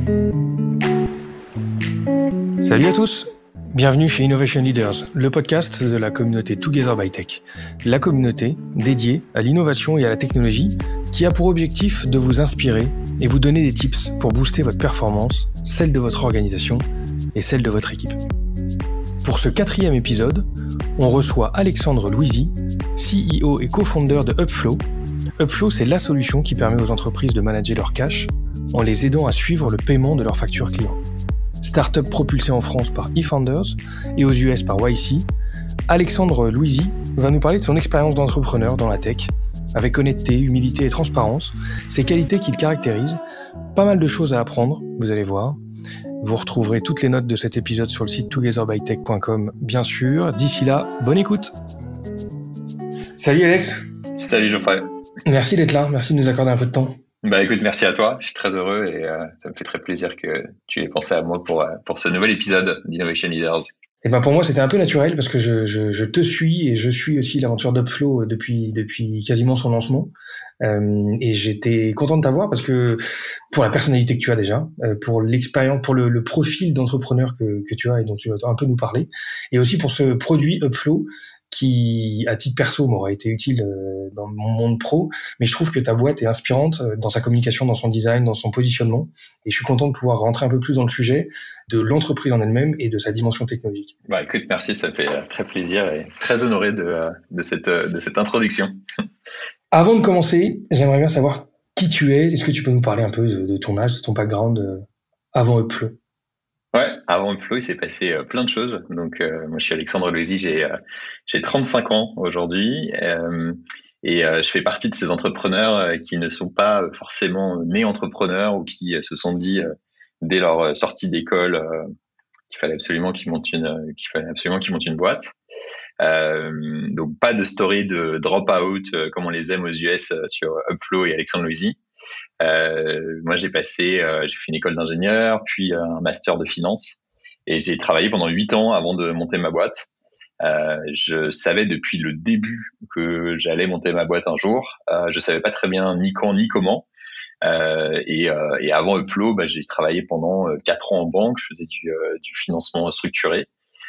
Salut à tous, bienvenue chez Innovation Leaders, le podcast de la communauté Together by Tech. La communauté dédiée à l'innovation et à la technologie qui a pour objectif de vous inspirer et vous donner des tips pour booster votre performance, celle de votre organisation et celle de votre équipe. Pour ce 4e épisode, on reçoit Alexandre Louisy, CEO et co-founder de Upflow. Upflow, c'est la solution qui permet aux entreprises de manager leur cash en les aidant à suivre le paiement de leurs factures clients. Startup propulsée en France par eFounders et aux US par YC, Alexandre Louisy va nous parler de son expérience d'entrepreneur dans la tech, avec honnêteté, humilité et transparence, ces qualités qui le caractérisent. Pas mal de choses à apprendre, vous allez voir. Vous retrouverez toutes les notes de cet épisode sur le site togetherbytech.com, bien sûr. D'ici là, bonne écoute. Salut Alex. Salut Geoffrey. Merci d'être là, merci de nous accorder un peu de temps. Écoute, merci à toi, je suis très heureux et ça me fait très plaisir que tu aies pensé à moi pour ce nouvel épisode d'Innovation Leaders. Et pour moi, c'était un peu naturel parce que je te suis et je suis aussi l'aventure d'Upflow depuis quasiment son lancement. Et j'étais content de t'avoir parce que pour la personnalité que tu as déjà, pour l'expérience, pour le profil d'entrepreneur que tu as et dont tu vas un peu nous parler, et aussi pour ce produit Upflow qui, à titre perso, m'aura été utile dans mon monde pro, mais je trouve que ta boîte est inspirante dans sa communication, dans son design, dans son positionnement, et je suis content de pouvoir rentrer un peu plus dans le sujet de l'entreprise en elle-même et de sa dimension technologique. Écoute, merci, ça me fait très plaisir et très honoré de cette introduction. Avant de commencer, j'aimerais bien savoir qui tu es. Est-ce que tu peux nous parler un peu de ton âge, de ton background avant Upflow? Ouais, avant Upflow, il s'est passé plein de choses. Donc, moi, je suis Alexandre Louisy, j'ai 35 ans aujourd'hui et je fais partie de ces entrepreneurs qui ne sont pas forcément nés entrepreneurs ou qui se sont dit dès leur sortie d'école qu'il fallait absolument qu'ils montent une boîte. Donc pas de story de drop-out comme on les aime aux US sur Upflow et Alexandre Louisy. Moi j'ai fait une école d'ingénieur, puis un master de finance et j'ai travaillé pendant 8 ans avant de monter ma boîte. Je savais depuis le début que j'allais monter ma boîte un jour. Je savais pas très bien ni quand ni comment. Et avant Upflow, j'ai travaillé pendant 4 ans en banque. Je faisais du financement structuré.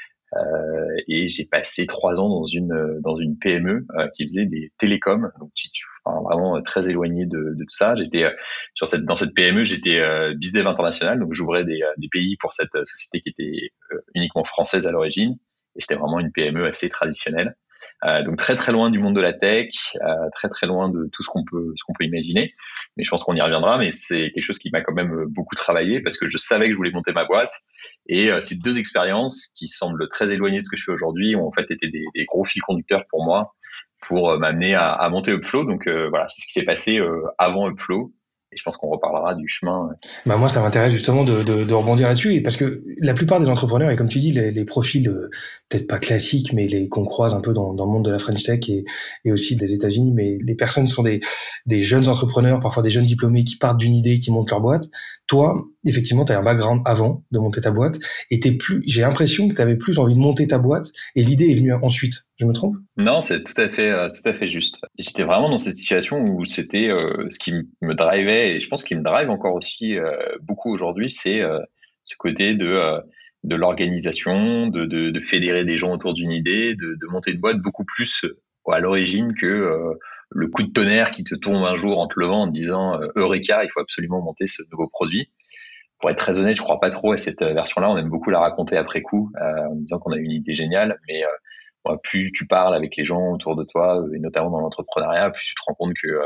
Et j'ai passé 3 ans dans une PME qui faisait des télécoms, donc vraiment très éloigné de tout ça. J'étais dans cette PME, j'étais BizDev international, donc j'ouvrais des pays pour cette société qui était uniquement française à l'origine, et c'était vraiment une PME assez traditionnelle. Donc très très loin du monde de la tech, très très loin de tout ce qu'on peut imaginer. Mais je pense qu'on y reviendra. Mais c'est quelque chose qui m'a quand même beaucoup travaillé parce que je savais que je voulais monter ma boîte. Et ces 2 expériences qui semblent très éloignées de ce que je fais aujourd'hui ont en fait été des gros fils conducteurs pour moi pour m'amener à monter Upflow. Donc voilà, c'est ce qui s'est passé avant Upflow. Et je pense qu'on reparlera du chemin. Moi, ça m'intéresse justement de rebondir là-dessus, parce que la plupart des entrepreneurs, et comme tu dis, les profils peut-être pas classiques, mais qu'on croise un peu dans le monde de la French Tech et aussi des États-Unis, mais les personnes sont des jeunes entrepreneurs, parfois des jeunes diplômés qui partent d'une idée, qui montent leur boîte. Toi, effectivement, tu as un background avant de monter ta boîte, et j'ai l'impression que tu avais plus envie de monter ta boîte, et l'idée est venue ensuite. Je me trompe? Non, c'est tout à fait juste. J'étais vraiment dans cette situation où c'était ce qui me drivait, et je pense qu'il me drive encore aussi beaucoup aujourd'hui, c'est ce côté de l'organisation, de fédérer des gens autour d'une idée, de monter une boîte beaucoup plus à l'origine que le coup de tonnerre qui te tombe un jour en te levant en te disant Eureka, il faut absolument monter ce nouveau produit. Pour être très honnête, je crois pas trop à cette version-là. On aime beaucoup la raconter après coup, en disant qu'on a une idée géniale, mais plus tu parles avec les gens autour de toi, et notamment dans l'entrepreneuriat, plus tu te rends compte que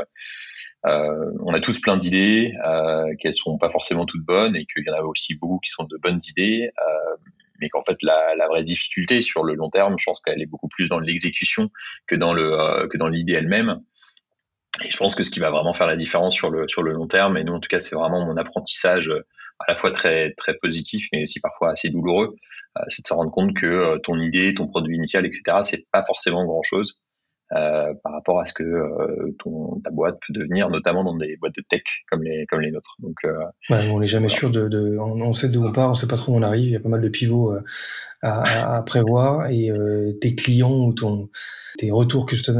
on a tous plein d'idées, qu'elles sont pas forcément toutes bonnes, et qu'il y en a aussi beaucoup qui sont de bonnes idées, mais qu'en fait la vraie difficulté sur le long terme, je pense qu'elle est beaucoup plus dans l'exécution que dans l'idée elle-même. Et je pense que ce qui va vraiment faire la différence sur le long terme, et nous en tout cas c'est vraiment mon apprentissage à la fois très très positif mais aussi parfois assez douloureux, c'est de se rendre compte que ton idée, ton produit initial, etc., c'est pas forcément grand chose par rapport à ce que ta boîte peut devenir, notamment dans des boîtes de tech comme les nôtres. Donc on n'est jamais sûr on sait d'où on part, on sait pas trop où on arrive, il y a pas mal de pivots à prévoir, et tes clients ou tes retours customers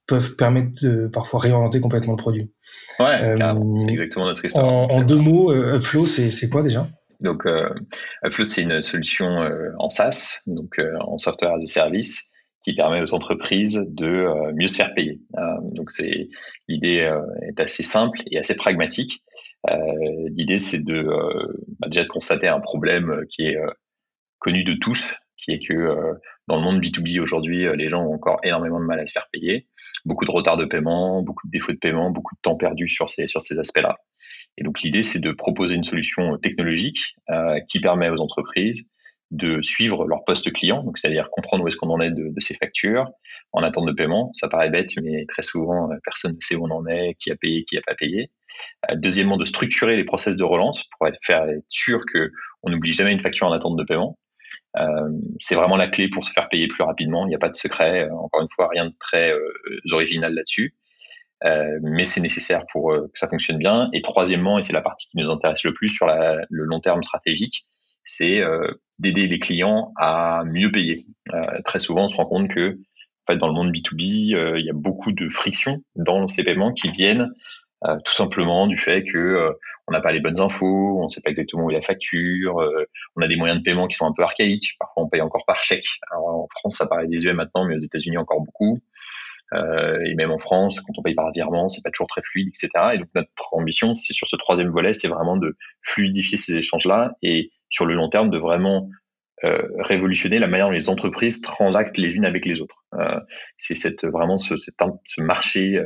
peuvent permettre de parfois réorienter complètement le produit. Ouais, carrément. C'est exactement notre histoire. En 2 mots, Upflow, c'est quoi déjà? Donc, Upflow, c'est une solution en SaaS, donc en software as a service, qui permet aux entreprises de mieux se faire payer. Donc, l'idée est assez simple et assez pragmatique. L'idée, c'est déjà de constater un problème qui est connu de tous, qui est que dans le monde B2B aujourd'hui, les gens ont encore énormément de mal à se faire payer. Beaucoup de retard de paiement, beaucoup de défauts de paiement, beaucoup de temps perdu sur ces aspects-là. Et donc l'idée, c'est de proposer une solution technologique qui permet aux entreprises de suivre leur poste client, donc c'est-à-dire comprendre où est-ce qu'on en est de ces factures en attente de paiement. Ça paraît bête, mais très souvent, personne ne sait où on en est, qui a payé, qui n'a pas payé. Deuxièmement, de structurer les process de relance pour être sûr qu'on n'oublie jamais une facture en attente de paiement. C'est vraiment la clé pour se faire payer plus rapidement. Il n'y a pas de secret, encore une fois, rien de très original là-dessus. Mais c'est nécessaire pour que ça fonctionne bien. Et troisièmement, et c'est la partie qui nous intéresse le plus sur le long terme stratégique, c'est d'aider les clients à mieux payer. Très souvent, on se rend compte que en fait, dans le monde B2B, il y a beaucoup de frictions dans ces paiements qui viennent tout simplement du fait que on n'a pas les bonnes infos, on ne sait pas exactement où est la facture, on a des moyens de paiement qui sont un peu archaïques. Parfois, on paye encore par chèque. Alors, en France, ça paraît désuet maintenant, mais aux États-Unis, encore beaucoup. Et même en France, quand on paye par virement, c'est pas toujours très fluide, etc. Et donc notre ambition, c'est sur ce troisième volet, c'est vraiment de fluidifier ces échanges-là et sur le long terme de vraiment révolutionner la manière dont les entreprises transactent les unes avec les autres. C'est vraiment ce marché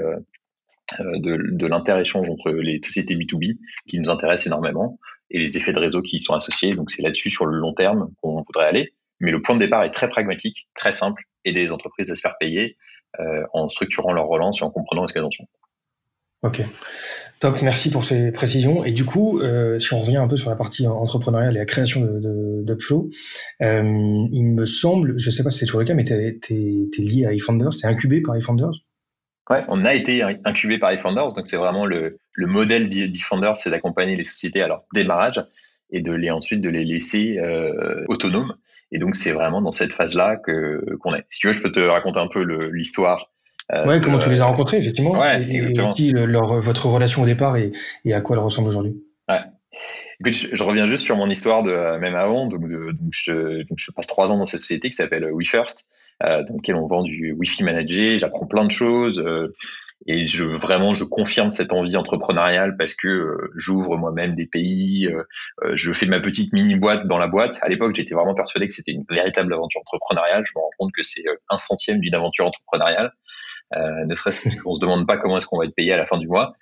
de l'inter-échange entre les sociétés B2B qui nous intéresse énormément et les effets de réseau qui y sont associés. Donc c'est là-dessus sur le long terme qu'on voudrait aller. Mais le point de départ est très pragmatique, très simple, aider les entreprises à se faire payer en structurant leur relance et en comprenant ce qu'elles en sont. Ok, top, merci pour ces précisions. Et du coup, si on revient un peu sur la partie entrepreneuriale et la création d'Upflow, il me semble, je ne sais pas si c'est toujours le cas, mais tu es lié à eFounders, tu es incubé par eFounders? Ouais, on a été incubé par eFounders, donc c'est vraiment le modèle d'eFounders, c'est d'accompagner les sociétés à leur démarrage et ensuite de les laisser autonomes. Et donc, c'est vraiment dans cette phase-là qu'on est. Si tu veux, je peux te raconter un peu l'histoire. Ouais, comment tu les as rencontrés, effectivement. Ouais, et aussi votre relation au départ et à quoi elle ressemble aujourd'hui. Ouais. Écoute, je reviens juste sur mon histoire même avant. Donc, je passe 3 ans dans cette société qui s'appelle WeFirst, dans laquelle on vend du Wi-Fi managé. J'apprends plein de choses. Et je confirme cette envie entrepreneuriale parce que j'ouvre moi-même des pays, je fais ma petite mini boîte dans la boîte. À l'époque, j'étais vraiment persuadé que c'était une véritable aventure entrepreneuriale. Je me rends compte que c'est 1/100 d'une aventure entrepreneuriale. Ne serait-ce parce qu'on se demande pas comment est-ce qu'on va être payé à la fin du mois.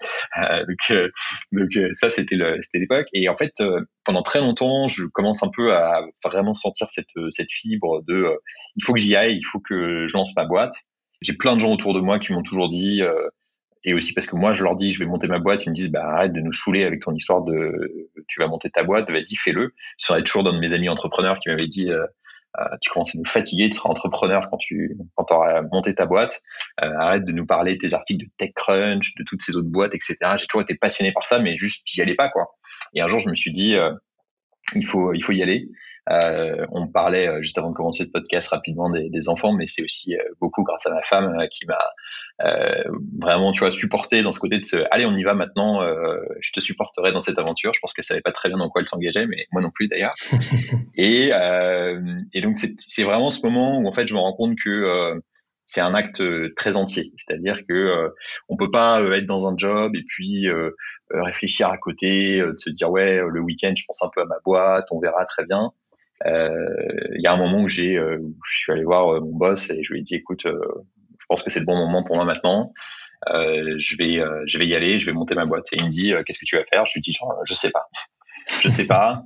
Donc ça, c'était l'époque. Et en fait, pendant très longtemps, je commence un peu à vraiment sentir cette fibre de il faut que j'y aille, il faut que je lance ma boîte. J'ai plein de gens autour de moi qui m'ont toujours dit, et aussi parce que moi je leur dis je vais monter ma boîte, ils me disent bah arrête de nous saouler avec ton histoire de tu vas monter ta boîte, vas-y fais-le. Ce serait toujours d'un de mes amis entrepreneurs qui m'avait dit tu commences à nous fatiguer, tu seras entrepreneur quand tu auras monté ta boîte, arrête de nous parler de tes articles de TechCrunch, de toutes ces autres boîtes, etc. J'ai toujours été passionné par ça, mais juste j'y allais pas quoi. Et un jour je me suis dit il faut y aller. On parlait juste avant de commencer ce podcast rapidement des enfants, mais c'est aussi beaucoup grâce à ma femme qui m'a vraiment, tu vois, supporté dans ce côté de allez, on y va maintenant. Je te supporterai dans cette aventure. Je pense qu'elle savait pas très bien dans quoi elle s'engageait, mais moi non plus d'ailleurs. et donc c'est vraiment ce moment où en fait je me rends compte que c'est un acte très entier, c'est-à-dire que on peut pas être dans un job et puis réfléchir à côté, de se dire ouais le week-end je pense un peu à ma boîte, on verra très bien. Il y a un moment où je suis allé voir mon boss et je lui ai dit écoute, je pense que c'est le bon moment pour moi maintenant. Je vais y aller, je vais monter ma boîte. Et il me dit qu'est-ce que tu vas faire? Je lui dis je sais pas. Je sais pas.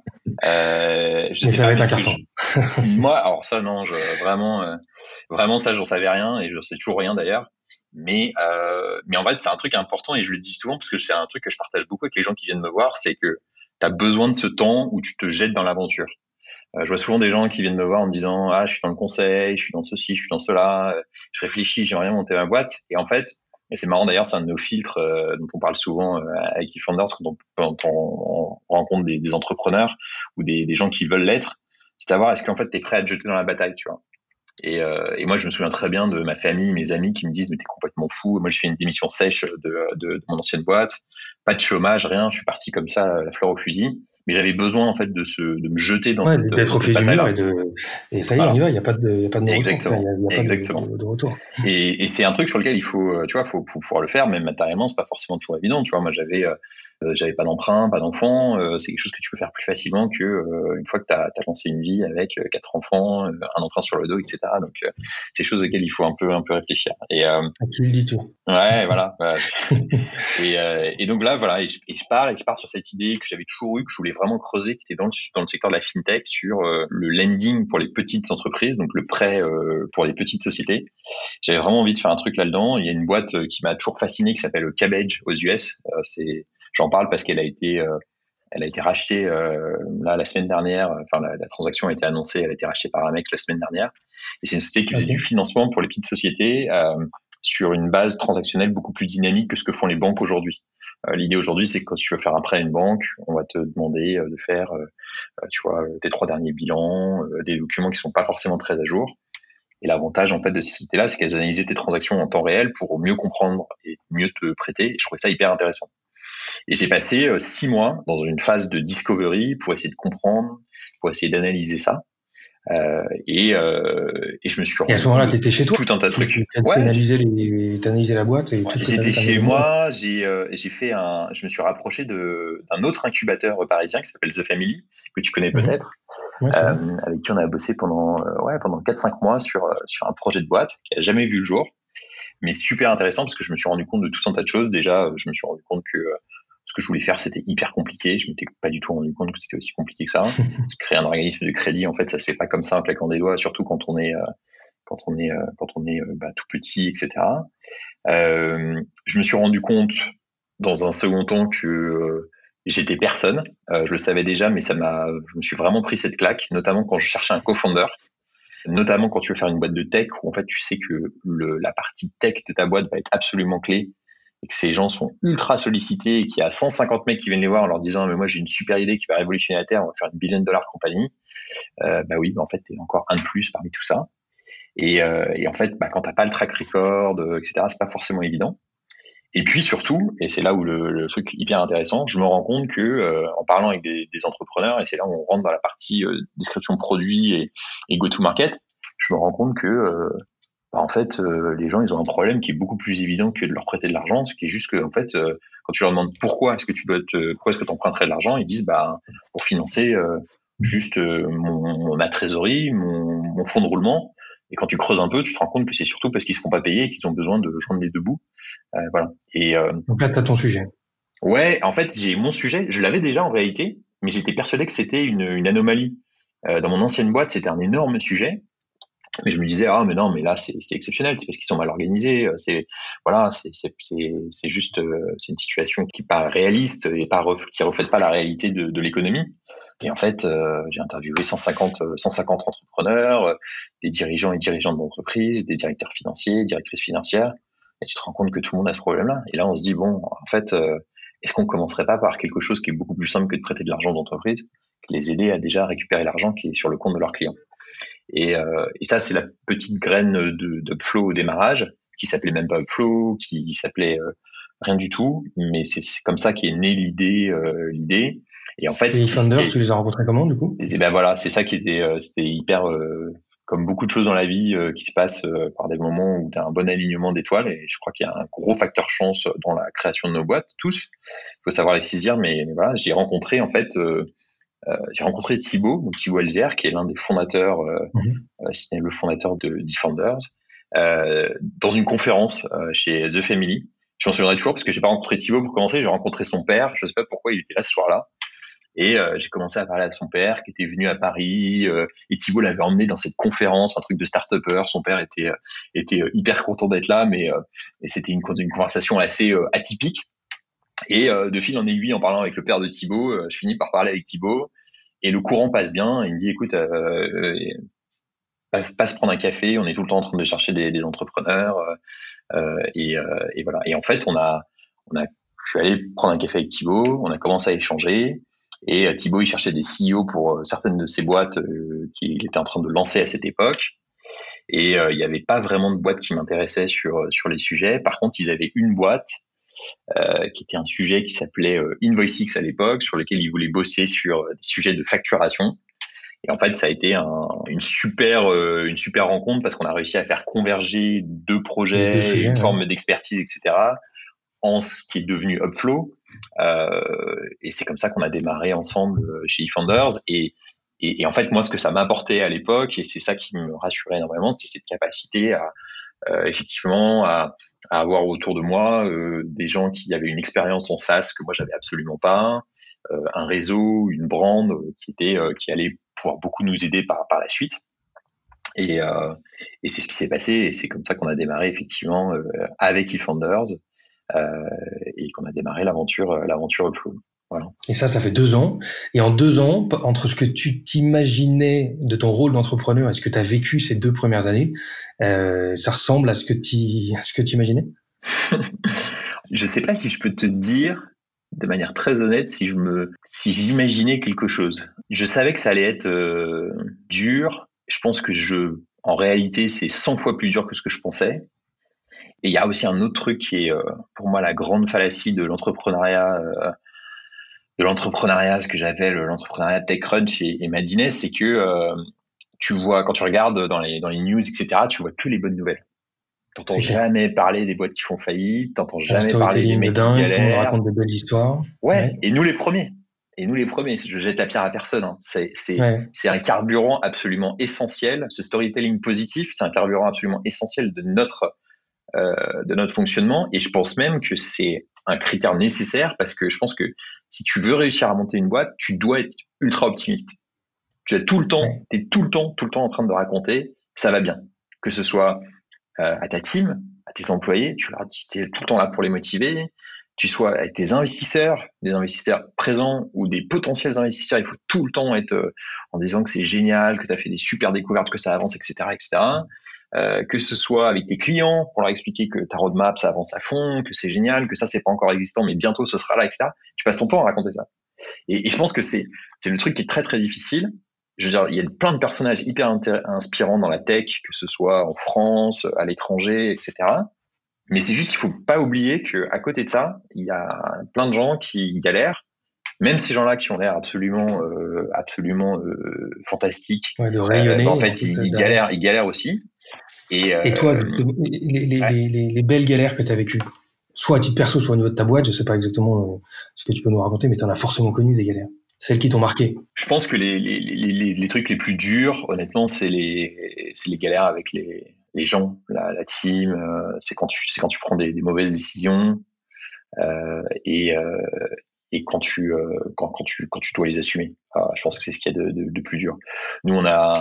Je sais pas. Moi, alors ça non, vraiment ça j'en savais rien et je sais toujours rien d'ailleurs. Mais en fait c'est un truc important et je le dis souvent parce que c'est un truc que je partage beaucoup avec les gens qui viennent me voir, c'est que tu as besoin de ce temps où tu te jettes dans l'aventure. Je vois souvent des gens qui viennent me voir en me disant ah je suis dans le conseil, je suis dans ceci, je suis dans cela, je réfléchis, j'aimerais bien monter ma boîte. Et en fait, et c'est marrant d'ailleurs, c'est un de nos filtres dont on parle souvent avec eFounders quand on rencontre des entrepreneurs ou des gens qui veulent l'être, c'est savoir est-ce qu'en fait tu es prêt à te jeter dans la bataille, tu vois. Et moi, je me souviens très bien de ma famille, mes amis qui me disent, mais t'es complètement fou. Moi, j'ai fait une démission sèche de mon ancienne boîte. Pas de chômage, rien. Je suis parti comme ça, la fleur au fusil. Mais j'avais besoin, en fait, de me jeter Ouais, d'être dans au cette pied du mur bataille-là. et ça y est, on Voilà. y va. Il y a pas de non-retour. Enfin, Exactement. il y a pas Exactement. de retour. Et c'est un truc sur lequel il faut, tu vois, faut pouvoir le faire, même matériellement, c'est pas forcément toujours évident. Tu vois, moi, j'avais pas d'emprunt, pas d'enfant. C'est quelque chose que tu peux faire plus facilement que une fois que t'as lancé une vie avec 4 enfants, un emprunt sur le dos, etc. Donc, c'est des choses auxquelles il faut un peu réfléchir. À qui le dis-tu? Ouais, voilà. Et donc là, voilà, et je pars sur cette idée que j'avais toujours eue, que je voulais vraiment creuser, qui était dans le secteur de la fintech, sur le lending pour les petites entreprises, donc le prêt pour les petites sociétés. J'avais vraiment envie de faire un truc là-dedans. Il y a une boîte qui m'a toujours fasciné, qui s'appelle Cabbage aux US. J'en parle parce qu'elle a été rachetée là la semaine dernière. Enfin, la transaction a été annoncée, elle a été rachetée par Amex la semaine dernière. Et c'est une société qui faisait du financement pour les petites sociétés sur une base transactionnelle beaucoup plus dynamique que ce que font les banques aujourd'hui. L'idée aujourd'hui, c'est que quand tu veux faire un prêt à une banque, on va te demander de faire, tu vois, tes 3 derniers bilans, des documents qui sont pas forcément très à jour. Et l'avantage, en fait, de ces sociétés-là, c'est qu'elles analysaient tes transactions en temps réel pour mieux comprendre et mieux te prêter. Et je trouvais ça hyper intéressant. Et j'ai passé 6 mois dans une phase de discovery pour essayer de comprendre, pour essayer d'analyser ça. Et je me suis rendu Et à ce moment-là, t'étais chez toi? Tout un tas de trucs. T'analysais la boîte et tout ce que J'étais t'avais chez moi. Je me suis rapproché d'un autre incubateur parisien qui s'appelle The Family, que tu connais peut-être, avec qui on a bossé pendant 4-5 mois sur un projet de boîte qui a jamais vu le jour, mais super intéressant parce que je me suis rendu compte de tout un tas de choses. Déjà, je me suis rendu compte que ce que je voulais faire, c'était hyper compliqué. Je m'étais pas du tout rendu compte que c'était aussi compliqué que ça. Créer un organisme de crédit, en fait, ça se fait pas comme ça en claquant des doigts, surtout quand on est tout petit, etc. Je me suis rendu compte dans un second temps que j'étais personne. Je le savais déjà, mais je me suis vraiment pris cette claque, notamment quand je cherchais un co-founder. Notamment quand tu veux faire une boîte de tech où en fait tu sais que la partie tech de ta boîte va être absolument clé et que ces gens sont ultra sollicités et qu'il y a 150 mecs qui viennent les voir en leur disant mais moi j'ai une super idée qui va révolutionner la Terre, on va faire une $1 billion compagnie. Oui, en fait t'es encore un de plus parmi tout ça. Et en fait, quand t'as pas le track record, etc., c'est pas forcément évident. Et puis surtout, et c'est là où le truc hyper intéressant, je me rends compte que en parlant avec des entrepreneurs, et c'est là où on rentre dans la partie description produit et go-to-market, je me rends compte que en fait, les gens ils ont un problème qui est beaucoup plus évident que de leur prêter de l'argent, ce qui est juste que en fait, quand tu leur demandes pourquoi est-ce que tu emprunterais de l'argent, ils disent pour financer juste ma trésorerie, mon fonds de roulement. Et quand tu creuses un peu, tu te rends compte que c'est surtout parce qu'ils se font pas payer et qu'ils ont besoin de joindre les deux bouts. Voilà. Donc là, t'as ton sujet. Ouais, en fait, j'ai mon sujet. Je l'avais déjà en réalité, mais j'étais persuadé que c'était une anomalie. Dans mon ancienne boîte, c'était un énorme sujet. Mais je me disais mais non, mais là c'est exceptionnel, c'est parce qu'ils sont mal organisés. C'est juste c'est une situation qui est pas réaliste et qui reflète pas la réalité de l'économie. Et en fait, j'ai interviewé 150 entrepreneurs, des dirigeants et dirigeantes d'entreprise, des directeurs financiers, directrices financières. Et tu te rends compte que tout le monde a ce problème-là. Et là, on se dit bon, en fait, est-ce qu'on commencerait pas par quelque chose qui est beaucoup plus simple que de prêter de l'argent d'entreprise, que les aider à déjà récupérer l'argent qui est sur le compte de leurs clients. Et ça, c'est la petite graine d'Upflow au démarrage, qui s'appelait même pas Upflow, qui s'appelait rien du tout, mais c'est comme ça qu'est née l'idée. Et en fait, les founders, tu les as rencontrés comment du coup? Et voilà, c'est ça qui c'était hyper comme beaucoup de choses dans la vie qui se passent par des moments où tu as un bon alignement d'étoiles, et je crois qu'il y a un gros facteur chance dans la création de nos boîtes, tous. Il faut savoir les saisir, mais voilà, j'ai rencontré Thibaut, donc Thibaut Elzière, qui est l'un des fondateurs, c'est le fondateur de Defenders, dans une conférence chez The Family. Je m'en souviendrai toujours parce que j'ai pas rencontré Thibaut pour commencer, j'ai rencontré son père. Je sais pas pourquoi il était là ce soir-là. Et j'ai commencé à parler à son père qui était venu à Paris, et Thibaut l'avait emmené dans cette conférence, un truc de start-upper. Son père était hyper content d'être là, mais et c'était une conversation assez atypique. Et de fil en aiguille, en parlant avec le père de Thibaut, je finis par parler avec Thibaut, et le courant passe bien. Il me dit écoute, passe prendre un café, on est tout le temps en train de chercher des entrepreneurs, et voilà. Et en fait, je suis allé prendre un café avec Thibaut, on a commencé à échanger. Et Thibaut, il cherchait des CEO pour certaines de ses boîtes qu'il était en train de lancer à cette époque. Et il n'y avait pas vraiment de boîte qui m'intéressait sur les sujets. Par contre, ils avaient une boîte qui était un sujet qui s'appelait Invoicix à l'époque, sur lequel ils voulaient bosser sur des sujets de facturation. Et en fait, ça a été une super rencontre parce qu'on a réussi à faire converger deux projets, sujets, une forme d'expertise, etc., en ce qui est devenu Upflow. Et c'est comme ça qu'on a démarré ensemble chez eFounders. Et en fait, moi, ce que ça m'apportait à l'époque, et c'est ça qui me rassurait énormément, c'était cette capacité à effectivement à avoir autour de moi des gens qui avaient une expérience en SaaS que moi j'avais absolument pas, un réseau, une brand qui allait pouvoir beaucoup nous aider par la suite. Et c'est ce qui s'est passé, et c'est comme ça qu'on a démarré effectivement avec eFounders et qu'on a démarré l'aventure Upflow. Voilà. Et ça fait 2 ans. Et en 2 ans, entre ce que tu t'imaginais de ton rôle d'entrepreneur et ce que tu as vécu ces 2 premières années, ça ressemble à ce que tu imaginais? Je sais pas si je peux te dire de manière très honnête si j'imaginais quelque chose. Je savais que ça allait être dur. Je pense que en réalité, c'est 100 fois plus dur que ce que je pensais. Et il y a aussi un autre truc qui est pour moi la grande fallacie de l'entrepreneuriat, ce que j'appelle l'entrepreneuriat TechCrunch et Madness, c'est que tu vois, quand tu regardes dans les news, etc., tu vois que les bonnes nouvelles. T'entends jamais parler des boîtes qui font faillite, t'entends jamais parler des mecs qui galèrent. On raconte des belles histoires. Ouais, et nous les premiers. Je jette la pierre à personne. Hein. C'est un carburant absolument essentiel. Ce storytelling positif, c'est un carburant absolument essentiel de notre fonctionnement. Et je pense même que c'est un critère nécessaire parce que je pense que si tu veux réussir à monter une boîte, tu dois être ultra optimiste. Tu es tout le temps en train de raconter que ça va bien. Que ce soit à ta team, à tes employés, tu leur dis, t'es tout le temps là pour les motiver. Tu sois avec tes investisseurs, des investisseurs présents ou des potentiels investisseurs, il faut tout le temps être en disant que c'est génial, que tu as fait des super découvertes, que ça avance, etc., etc. Que ce soit avec tes clients pour leur expliquer que ta roadmap ça avance à fond, que c'est génial, que ça c'est pas encore existant mais bientôt ce sera là, etc. Tu passes ton temps à raconter ça. Et je pense que c'est le truc qui est très très difficile. Je veux dire, il y a plein de personnages hyper inspirants dans la tech, que ce soit en France, à l'étranger, etc. Mais c'est juste qu'il faut pas oublier que à côté de ça, il y a plein de gens qui galèrent. Même ces gens-là qui ont l'air absolument fantastiques. Ouais, de rayonner. En fait, ils galèrent aussi. Et toi, les belles galères que tu as vécues, soit à titre perso, soit au niveau de ta boîte, je sais pas exactement ce que tu peux nous raconter, mais tu en as forcément connu des galères. Celles qui t'ont marqué. Je pense que les trucs les plus durs, honnêtement, c'est les galères avec les gens, la team. C'est quand tu prends des mauvaises décisions et quand tu dois les assumer. Je pense que c'est ce qu'il y a de plus dur. Nous,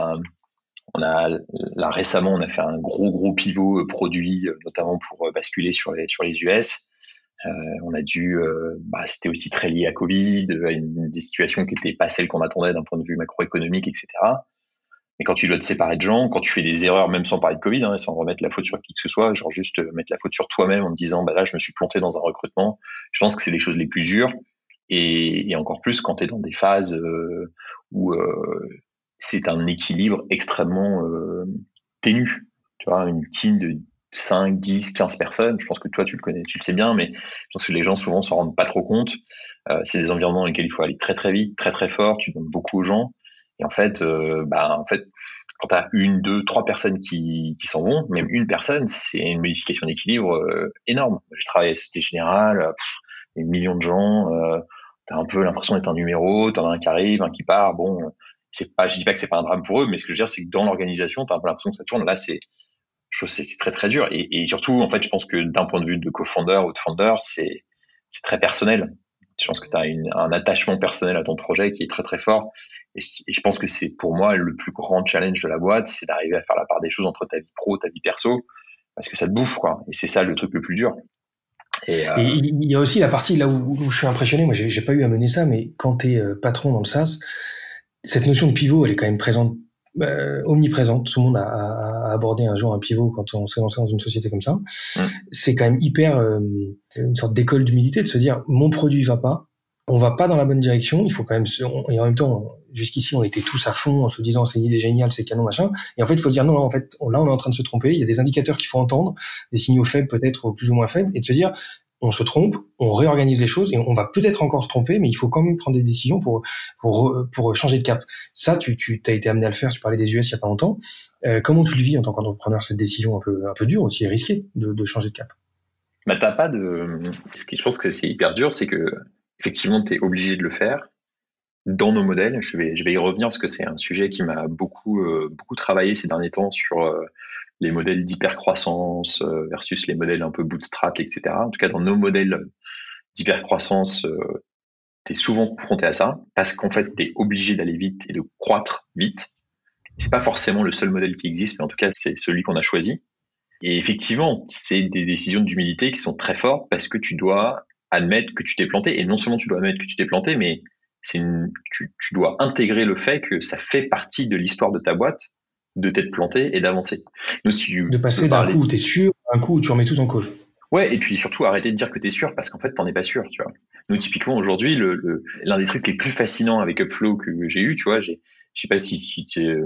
là récemment, on a fait un gros pivot produit, notamment pour basculer sur les US. On a dû, c'était aussi très lié à Covid, à des situations qui n'étaient pas celles qu'on attendait d'un point de vue macroéconomique, etc. Mais quand tu dois te séparer de gens, quand tu fais des erreurs, même sans parler de Covid, sans remettre la faute sur qui que ce soit, genre juste mettre la faute sur toi-même en te disant, là, je me suis planté dans un recrutement. Je pense que c'est les choses les plus dures. Et encore plus quand tu es dans des phases où c'est un équilibre extrêmement ténu. Tu vois, une team de 5, 10, 15 personnes. Je pense que toi, tu le sais bien, mais je pense que les gens souvent s'en rendent pas trop compte. C'est des environnements dans lesquels il faut aller très, très vite, très, très fort. Tu demandes beaucoup aux gens. Et en fait, quand tu as 1, 2, 3 personnes qui s'en vont, même une personne, c'est une modification d'équilibre énorme. J'ai travaillé à Société Générale, des millions de gens. Tu as un peu l'impression d'être un numéro. Tu en as un qui arrive, un qui part. Bon, je dis pas que c'est pas un drame pour eux, mais ce que je veux dire, c'est que dans l'organisation, tu as un peu l'impression que ça tourne. Là, c'est très très dur et surtout en fait je pense que d'un point de vue de co-founder ou de founder c'est très personnel. Je pense que tu as un attachement personnel à ton projet qui est très très fort et je pense que c'est pour moi le plus grand challenge de la boîte, c'est d'arriver à faire la part des choses entre ta vie pro, ta vie perso, parce que ça te bouffe quoi, et c'est ça le truc le plus dur. Et il y a aussi la partie là où je suis impressionné, moi j'ai pas eu à mener ça, mais quand t'es patron dans le SaaS, cette notion de pivot elle est quand même présente, omniprésente. Tout le monde a abordé un jour un pivot quand on s'est lancé dans une société comme ça. C'est quand même hyper une sorte d'école d'humilité de se dire mon produit va pas, on va pas dans la bonne direction, il faut quand même et en même temps, jusqu'ici, on était tous à fond en se disant c'est une idée géniale, c'est canon, machin. Et en fait, il faut se dire non, en fait, là, on est en train de se tromper. Il y a des indicateurs qu'il faut entendre, des signaux faibles peut-être, plus ou moins faibles, et de se dire on se trompe, on réorganise les choses et on va peut-être encore se tromper, mais il faut quand même prendre des décisions pour changer de cap. Ça, tu t'as été amené à le faire. Tu parlais des US il y a pas longtemps. Comment tu le vis en tant qu'entrepreneur, cette décision un peu dure aussi et risquée de changer de cap? Bah, t'as pas de. Ce qui, je pense que c'est hyper dur, c'est que effectivement, tu es obligé de le faire dans nos modèles. Je vais y revenir parce que c'est un sujet qui m'a beaucoup travaillé ces derniers temps sur les modèles d'hypercroissance versus les modèles un peu bootstrap, etc. En tout cas, dans nos modèles d'hypercroissance, tu es souvent confronté à ça parce qu'en fait, tu es obligé d'aller vite et de croître vite. C'est pas forcément le seul modèle qui existe, mais en tout cas, c'est celui qu'on a choisi. Et effectivement, c'est des décisions d'humilité qui sont très fortes parce que tu dois admettre que tu t'es planté. Et non seulement tu dois admettre que tu t'es planté, mais tu dois intégrer le fait que ça fait partie de l'histoire de ta boîte de t'être planté et d'avancer. Nous, de passer d'un coup où t'es sûr à un coup où tu remets tout en cause. Ouais, et puis surtout arrêter de dire que t'es sûr parce qu'en fait t'en es pas sûr, tu vois. Nous typiquement aujourd'hui, l'un des trucs les plus fascinants avec Upflow que j'ai eu, tu vois, je sais pas si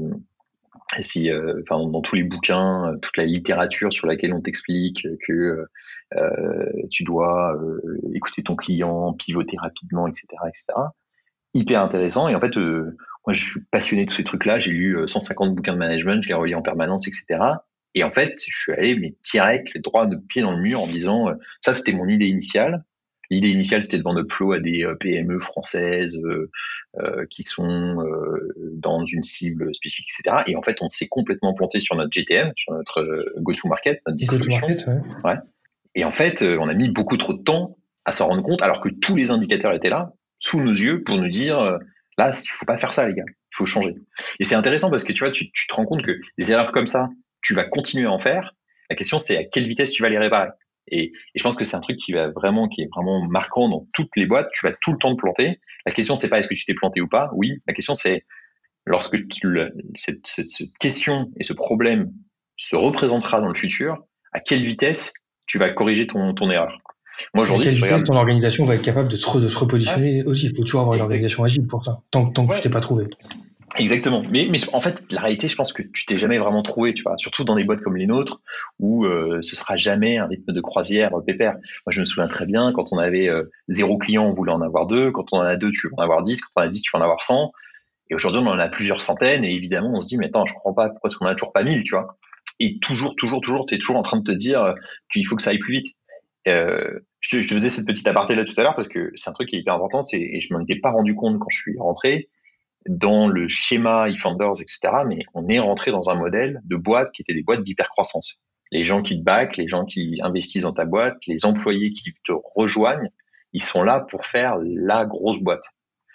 dans tous les bouquins, toute la littérature sur laquelle on t'explique que tu dois écouter ton client, pivoter rapidement, etc., hyper intéressant. Et en fait, moi, je suis passionné de tous ces trucs-là. J'ai lu 150 bouquins de management, je les relis en permanence, etc. Et en fait, je suis allé mais direct, les droits de pied dans le mur, en disant ça, c'était mon idée initiale. L'idée initiale, c'était de vendre Upflow à des PME françaises qui sont dans une cible spécifique, etc. Et en fait, on s'est complètement planté sur notre GTM, sur notre go-to-market, notre distribution. Ouais. Et en fait, on a mis beaucoup trop de temps à s'en rendre compte, alors que tous les indicateurs étaient là, sous nos yeux, pour nous dire là, il faut pas faire ça, les gars. Il faut changer. Et c'est intéressant parce que tu vois, tu te rends compte que des erreurs comme ça, tu vas continuer à en faire. La question, c'est à quelle vitesse tu vas les réparer. Et je pense que c'est un truc qui est vraiment marquant dans toutes les boîtes. Tu vas tout le temps te planter. La question, c'est pas est-ce que tu t'es planté ou pas. Oui. La question, c'est lorsque cette question et ce problème se représentera dans le futur, à quelle vitesse tu vas corriger ton erreur. Moi, aujourd'hui, à quelle vitesse ton organisation va être capable de se repositionner aussi. Il faut toujours avoir une organisation agile pour ça, tant que tu t'es pas trouvé. Exactement. Mais en fait, la réalité, je pense que tu t'es jamais vraiment trouvé, tu vois. Surtout dans des boîtes comme les nôtres, où ce sera jamais un rythme de croisière pépère. Moi, je me souviens très bien, quand on avait 0 client, on voulait en avoir 2. Quand on en a 2, tu veux en avoir 10. Quand on en a 10, tu veux en avoir 100. Et aujourd'hui, on en a plusieurs centaines. Et évidemment, on se dit, mais attends, je comprends pas, pourquoi est-ce qu'on en a toujours pas 1000, tu vois. Et toujours, t'es toujours en train de te dire qu'il faut que ça aille plus vite. Je faisais cette petite aparté là tout à l'heure parce que c'est un truc qui est hyper important, et je m'en étais pas rendu compte quand je suis rentré dans le schéma eFounders, etc. Mais on est rentré dans un modèle de boîte qui était des boîtes d'hypercroissance. Les gens qui te backent, les gens qui investissent dans ta boîte, les employés qui te rejoignent, ils sont là pour faire la grosse boîte.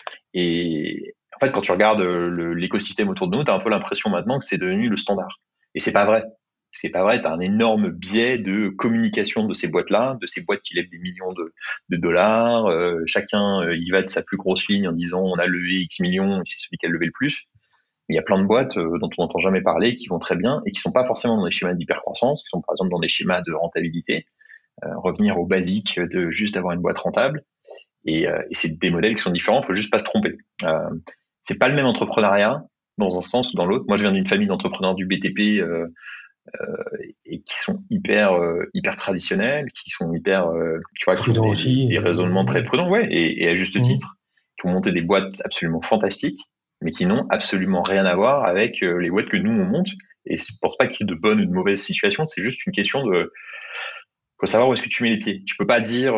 Et en fait, quand tu regardes l'écosystème autour de nous, tu as un peu l'impression maintenant que c'est devenu le standard. Et c'est pas vrai. C'est pas vrai, tu as un énorme biais de communication de ces boîtes-là, de ces boîtes qui lèvent des millions de dollars. Chacun y va de sa plus grosse ligne en disant on a levé X millions et c'est celui qui a levé le plus. Il y a plein de boîtes dont on n'entend jamais parler, qui vont très bien et qui sont pas forcément dans des schémas d'hypercroissance, qui sont par exemple dans des schémas de rentabilité. Revenir au basique de juste avoir une boîte rentable. Et c'est des modèles qui sont différents, il faut juste pas se tromper. C'est pas le même entrepreneuriat dans un sens ou dans l'autre. Moi, je viens d'une famille d'entrepreneurs du BTP et qui sont hyper traditionnels, qui sont hyper prudents aussi, des raisonnements très prudents, ouais, et à juste titre, qui ont monté des boîtes absolument fantastiques, mais qui n'ont absolument rien à voir avec les boîtes que nous on monte. Et je pense pas qu'il y ait de bonne ou de mauvaise situation, c'est juste une question de faut savoir où est-ce que tu mets les pieds. Tu peux pas dire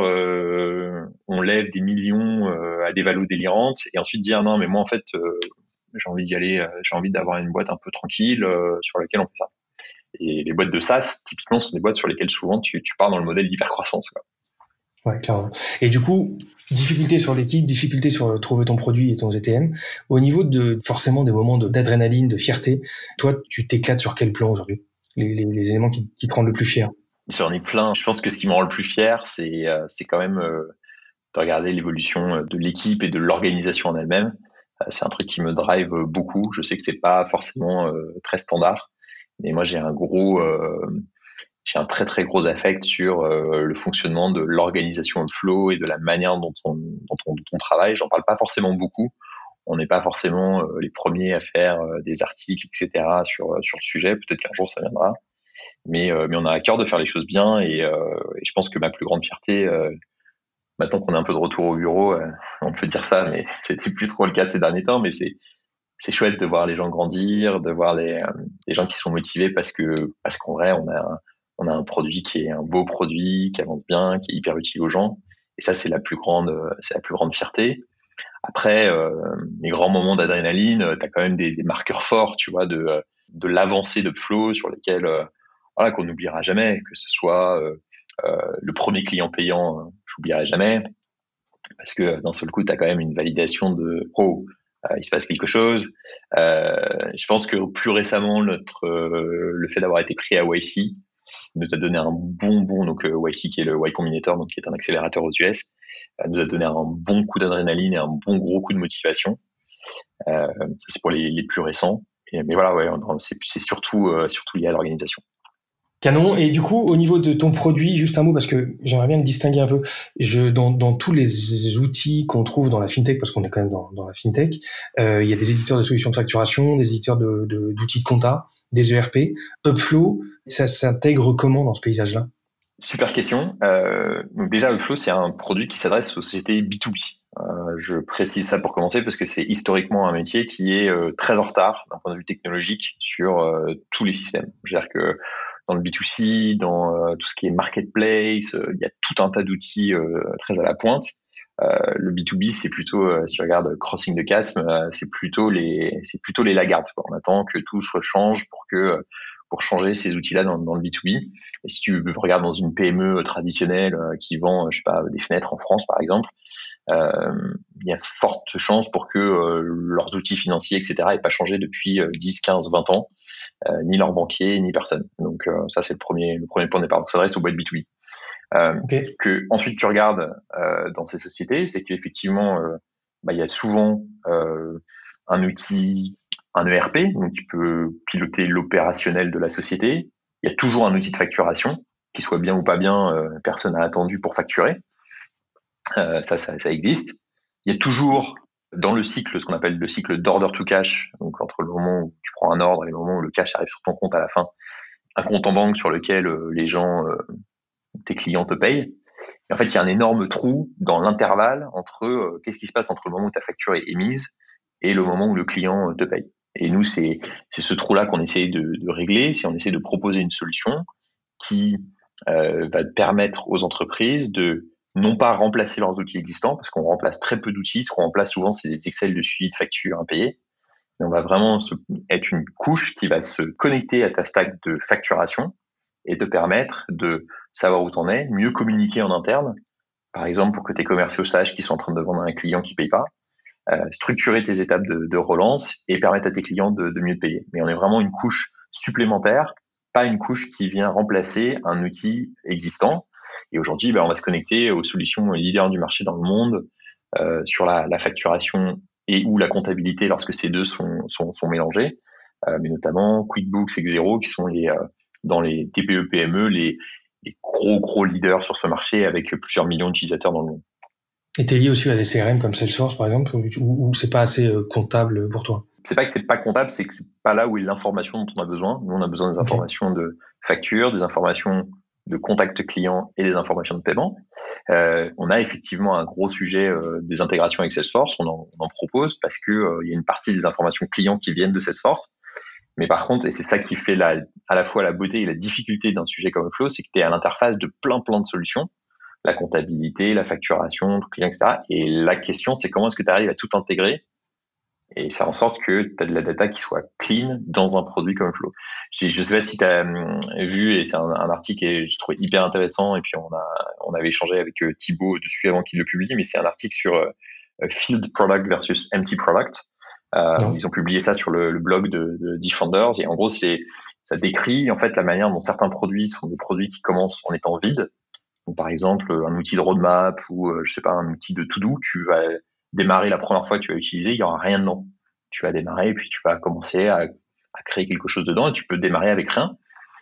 on lève des millions à des valos délirantes et ensuite dire non mais moi en fait j'ai envie d'y aller, j'ai envie d'avoir une boîte un peu tranquille sur laquelle on fait ça. Et les boîtes de SaaS, typiquement, sont des boîtes sur lesquelles souvent tu pars dans le modèle d'hypercroissance, quoi. Ouais, clairement. Et du coup, difficulté sur l'équipe, difficulté sur trouver ton produit et ton GTM. Au niveau de forcément des moments d'adrénaline, de fierté, toi, tu t'éclates sur quel plan aujourd'hui? Les éléments qui te rendent le plus fier? J'en ai plein. Je pense que ce qui me rend le plus fier, c'est quand même de regarder l'évolution de l'équipe et de l'organisation en elle-même. C'est un truc qui me drive beaucoup. Je sais que c'est pas forcément très standard. Mais moi, j'ai un gros j'ai un très très gros affect sur le fonctionnement de l'organisation de flow et de la manière dont on travaille. J'en parle pas forcément beaucoup. On n'est pas forcément les premiers à faire des articles, etc. sur le sujet. Peut-être qu'un jour ça viendra, mais on a à cœur de faire les choses bien et je pense que ma plus grande fierté, maintenant qu'on est un peu de retour au bureau, on peut dire ça, mais c'était plus trop le cas de ces derniers temps. Mais c'est chouette de voir les gens grandir, de voir les gens qui sont motivés parce qu'en vrai on a un produit qui est un beau produit, qui avance bien, qui est hyper utile aux gens. Et ça, c'est la plus grande fierté. Après, les grands moments d'adrénaline, tu as quand même des marqueurs forts, tu vois, de l'avancée de Flow sur lesquels, voilà, qu'on n'oubliera jamais, que ce soit le premier client payant, j'oublierai jamais, parce que d'un seul coup, tu as quand même une validation de oh, il se passe quelque chose. Je pense que plus récemment, le fait d'avoir été pris à YC nous a donné un bon, donc YC qui est le Y Combinator, donc qui est un accélérateur aux US, nous a donné un bon coup d'adrénaline et un bon gros coup de motivation. Ça, c'est pour les plus récents. Mais voilà, ouais, c'est surtout lié à l'organisation. Canon. Et du coup, au niveau de ton produit, juste un mot, parce que j'aimerais bien le distinguer un peu. Dans tous les outils qu'on trouve dans la fintech, parce qu'on est quand même dans la fintech, il y a des éditeurs de solutions de facturation, des éditeurs d'outils de compta, des ERP. Upflow, ça s'intègre comment dans ce paysage-là? Super question. Donc déjà, Upflow, c'est un produit qui s'adresse aux sociétés B2B. Je précise ça pour commencer parce que c'est historiquement un métier qui est très en retard d'un point de vue technologique sur tous les systèmes. Je veux dire que dans le B2C, dans tout ce qui est marketplace, il y a tout un tas d'outils très à la pointe. Le B2B, c'est plutôt, si tu regardes Crossing the Chasm, c'est plutôt les laggards. On attend que tout change pour changer ces outils-là dans le B2B. Et si tu regardes dans une PME traditionnelle qui vend, je sais pas, des fenêtres en France, par exemple, il y a forte chance pour que leurs outils financiers, etc., aient pas changé depuis 10, 15, 20 ans, ni leurs banquiers, ni personne. Donc ça, c'est le premier point de départ. Donc ça s'adresse aux boîtes B2B. Okay. Ce que ensuite tu regardes dans ces sociétés, c'est qu'effectivement, il y a souvent un outil, un ERP, donc qui peut piloter l'opérationnel de la société. Il y a toujours un outil de facturation, qui soit bien ou pas bien, personne n'a attendu pour facturer. Ça existe. Il y a toujours dans le cycle, ce qu'on appelle le cycle d'order to cash, donc entre le moment où tu prends un ordre et le moment où le cash arrive sur ton compte à la fin, un compte en banque sur lequel les gens, tes clients te payent. Et en fait, il y a un énorme trou dans l'intervalle entre qu'est-ce qui se passe entre le moment où ta facture est émise et le moment où le client te paye. Et nous, c'est ce trou-là qu'on essaie de régler, si on essaie de proposer une solution qui va permettre aux entreprises de non pas remplacer leurs outils existants, parce qu'on remplace très peu d'outils, ce qu'on remplace souvent, c'est des Excel de suivi de factures impayées, mais on va vraiment être une couche qui va se connecter à ta stack de facturation et te permettre de savoir où t'en es, mieux communiquer en interne, par exemple pour que tes commerciaux sachent qu'ils sont en train de vendre à un client qui paye pas, structurer tes étapes de relance et permettre à tes clients de mieux te payer. Mais on est vraiment une couche supplémentaire, pas une couche qui vient remplacer un outil existant. Et aujourd'hui, on va se connecter aux solutions leaders du marché dans le monde sur la facturation et ou la comptabilité lorsque ces deux sont mélangés, mais notamment QuickBooks et Xero qui sont dans les TPE PME les gros leaders sur ce marché avec plusieurs millions d'utilisateurs dans le monde. Et t'es lié aussi à des CRM comme Salesforce par exemple, ou c'est pas assez comptable pour toi? C'est pas que c'est pas comptable, c'est que c'est pas là où est l'information dont on a besoin. Nous, on a besoin des informations de facture, des informations de contact client et des informations de paiement. On a effectivement un gros sujet des intégrations avec Salesforce. On en propose parce que il y a une partie des informations clients qui viennent de Salesforce. Mais par contre, et c'est ça qui fait à la fois la beauté et la difficulté d'un sujet comme Flow, c'est que tu es à l'interface de plein de solutions. La comptabilité, la facturation, le client, etc. Et la question, c'est comment est-ce que tu arrives à tout intégrer et faire en sorte que tu as de la data qui soit clean dans un produit comme Flow. Je sais pas si tu as vu, et c'est un article que je trouvais hyper intéressant, et puis on avait échangé avec Thibaut dessus avant qu'il le publie, mais c'est un article sur Field Product versus Empty Product. Ils ont publié ça sur le blog de Defenders, et en gros, ça décrit en fait la manière dont certains produits sont des produits qui commencent en étant vides. Donc, par exemple, un outil de roadmap ou je sais pas, un outil de to-do, tu vas démarrer la première fois que tu vas l'utiliser, il y aura rien dedans. Tu vas démarrer et puis tu vas commencer à créer quelque chose dedans et tu peux démarrer avec rien.